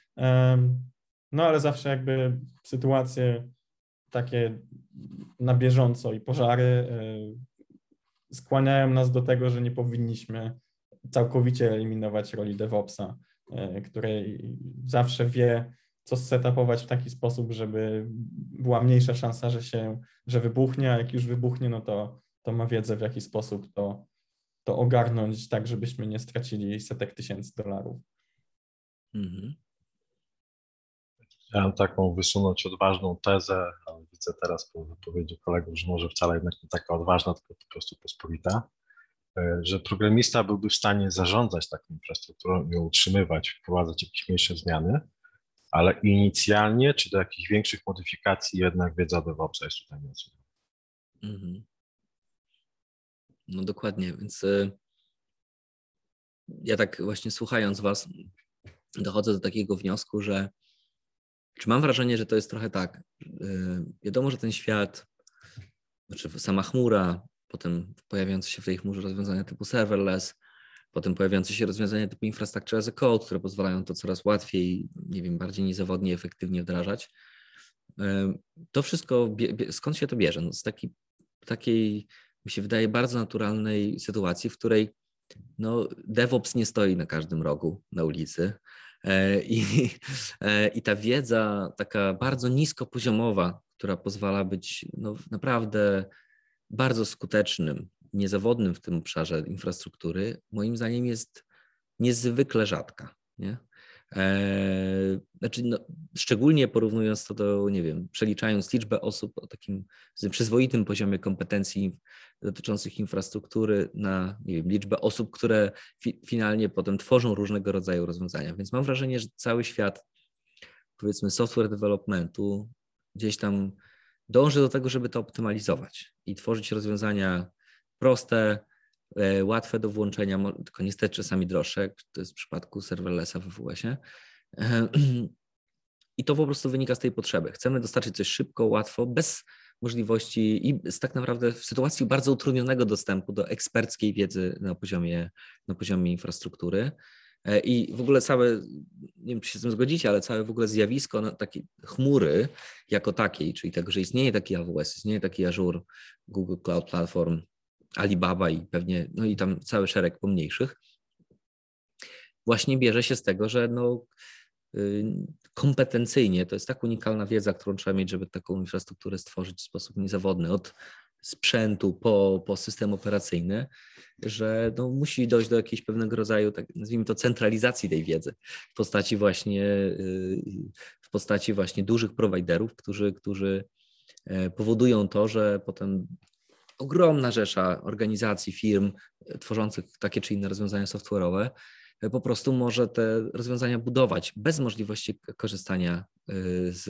D: No ale zawsze jakby sytuacje takie na bieżąco i pożary skłaniają nas do tego, że nie powinniśmy całkowicie eliminować roli DevOpsa, który zawsze wie, co setupować w taki sposób, żeby była mniejsza szansa, że się, że wybuchnie, a jak już wybuchnie, no to, kto ma wiedzę, w jaki sposób to, to ogarnąć, tak żebyśmy nie stracili setek tysięcy dolarów.
A: Mhm.
B: Chciałem taką wysunąć odważną tezę, ale widzę teraz po wypowiedzi kolegów, że może wcale jednak nie taka odważna, tylko po prostu pospolita, że programista byłby w stanie zarządzać taką infrastrukturą i ją utrzymywać, wprowadzać jakieś mniejsze zmiany, ale inicjalnie czy do jakichś większych modyfikacji jednak wiedza DevOpsa jest tutaj nieoceniona.
A: Mhm. No dokładnie, więc y, ja tak właśnie słuchając was dochodzę do takiego wniosku, że czy mam wrażenie, że to jest trochę tak, y, wiadomo, że ten świat, znaczy sama chmura, potem pojawiające się w tej chmurze rozwiązania typu serverless, potem pojawiające się rozwiązania typu infrastructure as a code, które pozwalają to coraz łatwiej, nie wiem, bardziej niezawodnie, efektywnie wdrażać. Y, to wszystko, bie, bie, skąd się to bierze? No z takiej, takiej, mi się wydaje, bardzo naturalnej sytuacji, w której no, DevOps nie stoi na każdym rogu na ulicy i, i ta wiedza taka bardzo niskopoziomowa, która pozwala być no, naprawdę bardzo skutecznym, niezawodnym w tym obszarze infrastruktury, moim zdaniem jest niezwykle rzadka. Nie? Eee, znaczy, no, szczególnie porównując to do, nie wiem, przeliczając liczbę osób o takim przyzwoitym poziomie kompetencji dotyczących infrastruktury na, nie wiem, liczbę osób, które fi- finalnie potem tworzą różnego rodzaju rozwiązania. Więc mam wrażenie, że cały świat, powiedzmy, software developmentu gdzieś tam dąży do tego, żeby to optymalizować i tworzyć rozwiązania proste, łatwe do włączenia, tylko niestety czasami droższe, jak to jest w przypadku serverlessa w W W S-ie. I to po prostu wynika z tej potrzeby. Chcemy dostarczyć coś szybko, łatwo, bez możliwości i z tak naprawdę w sytuacji bardzo utrudnionego dostępu do eksperckiej wiedzy na poziomie, na poziomie infrastruktury. I w ogóle całe, nie wiem, czy się z tym zgodzicie, ale całe w ogóle zjawisko takiej chmury jako takiej, czyli tego, że istnieje taki A W S, istnieje taki Azure, Google Cloud Platform, Alibaba i pewnie, no i tam cały szereg pomniejszych, właśnie bierze się z tego, że no, kompetencyjnie to jest tak unikalna wiedza, którą trzeba mieć, żeby taką infrastrukturę stworzyć w sposób niezawodny, od sprzętu po, po system operacyjny, że no, musi dojść do jakiegoś pewnego rodzaju, tak nazwijmy to, centralizacji tej wiedzy w postaci właśnie, w postaci właśnie dużych prowajderów, którzy, którzy powodują to, że potem ogromna rzesza organizacji, firm tworzących takie czy inne rozwiązania software'owe po prostu może te rozwiązania budować bez możliwości korzystania z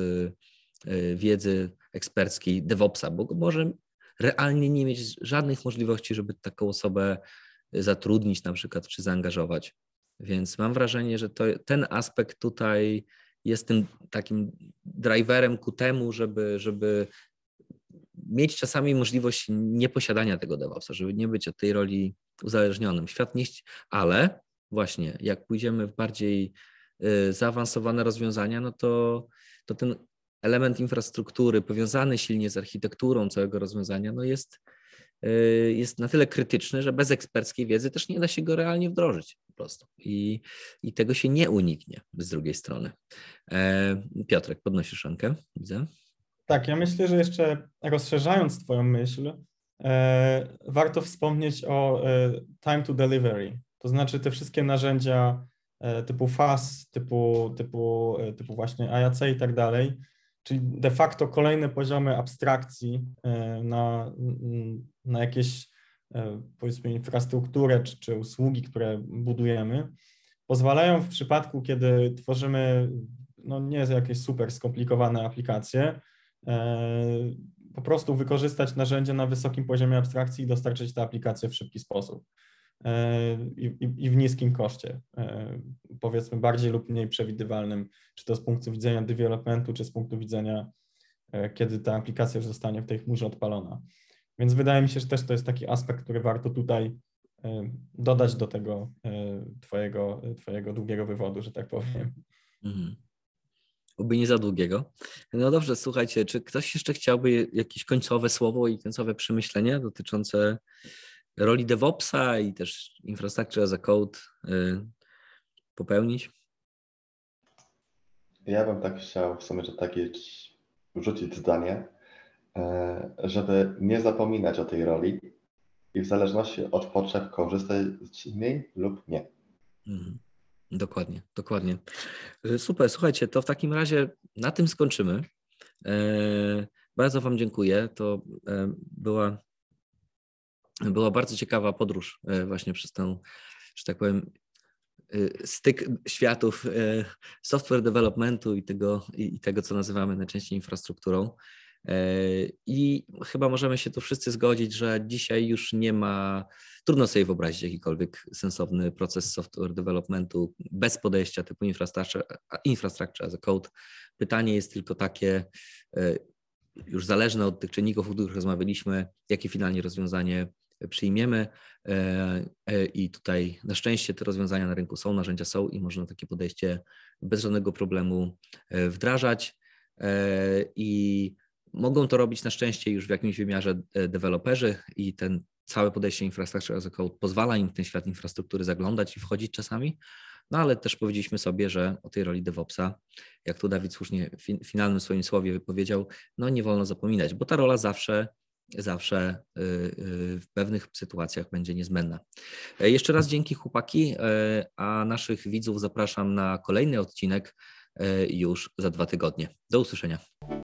A: wiedzy eksperckiej DevOpsa, bo może realnie nie mieć żadnych możliwości, żeby taką osobę zatrudnić na przykład czy zaangażować. Więc mam wrażenie, że to, ten aspekt tutaj jest tym takim driverem ku temu, żeby, żeby mieć czasami możliwość nieposiadania tego DevOpsa, żeby nie być od tej roli uzależnionym. Świat nie, ale właśnie jak pójdziemy w bardziej zaawansowane rozwiązania, no to, to ten element infrastruktury powiązany silnie z architekturą całego rozwiązania no jest, jest na tyle krytyczny, że bez eksperckiej wiedzy też nie da się go realnie wdrożyć po prostu. I, i tego się nie uniknie z drugiej strony. Piotrek, podnosisz rękę, widzę.
D: Tak, ja myślę, że jeszcze rozszerzając Twoją myśl, e, warto wspomnieć o e, time to delivery, to znaczy te wszystkie narzędzia e, typu F A S, typu, typu, e, typu właśnie I A C i tak dalej, czyli de facto kolejne poziomy abstrakcji e, na, na jakieś e, powiedzmy infrastrukturę czy, czy usługi, które budujemy, pozwalają w przypadku, kiedy tworzymy no nie jakieś super skomplikowane aplikacje, po prostu wykorzystać narzędzie na wysokim poziomie abstrakcji i dostarczyć te aplikacje w szybki sposób i, i, i w niskim koszcie, powiedzmy bardziej lub mniej przewidywalnym, czy to z punktu widzenia developmentu, czy z punktu widzenia, kiedy ta aplikacja już zostanie w tej chmurze odpalona. Więc wydaje mi się, że też to jest taki aspekt, który warto tutaj dodać do tego twojego, twojego długiego wywodu, że tak powiem.
A: Mhm. Oby nie za długiego. No dobrze, słuchajcie, czy ktoś jeszcze chciałby jakieś końcowe słowo i końcowe przemyślenia dotyczące roli DevOpsa i też infrastructure as a code y, popełnić?
C: Ja bym tak chciał w sumie, że takie rzucić zdanie, żeby nie zapominać o tej roli, i w zależności od potrzeb korzystać z niej lub nie.
A: Mhm. Dokładnie, dokładnie. Super, słuchajcie, to w takim razie na tym skończymy. Bardzo Wam dziękuję. To była, była bardzo ciekawa podróż właśnie przez ten, że tak powiem, styk światów software developmentu i tego, i tego, co nazywamy najczęściej infrastrukturą. I chyba możemy się tu wszyscy zgodzić, że dzisiaj już nie ma, trudno sobie wyobrazić jakikolwiek sensowny proces software developmentu bez podejścia typu infrastructure, infrastructure as a code. Pytanie jest tylko takie, już zależne od tych czynników, o których rozmawialiśmy, jakie finalnie rozwiązanie przyjmiemy i tutaj na szczęście te rozwiązania na rynku są, narzędzia są i można takie podejście bez żadnego problemu wdrażać i mogą to robić na szczęście już w jakimś wymiarze deweloperzy i ten całe podejście infrastructure as a code pozwala im w ten świat infrastruktury zaglądać i wchodzić czasami, no ale też powiedzieliśmy sobie, że o tej roli DevOpsa, jak tu Dawid słusznie w finalnym swoim słowie wypowiedział, no nie wolno zapominać, bo ta rola zawsze zawsze w pewnych sytuacjach będzie niezbędna. Jeszcze raz dzięki chłopaki, a naszych widzów zapraszam na kolejny odcinek już za dwa tygodnie. Do usłyszenia.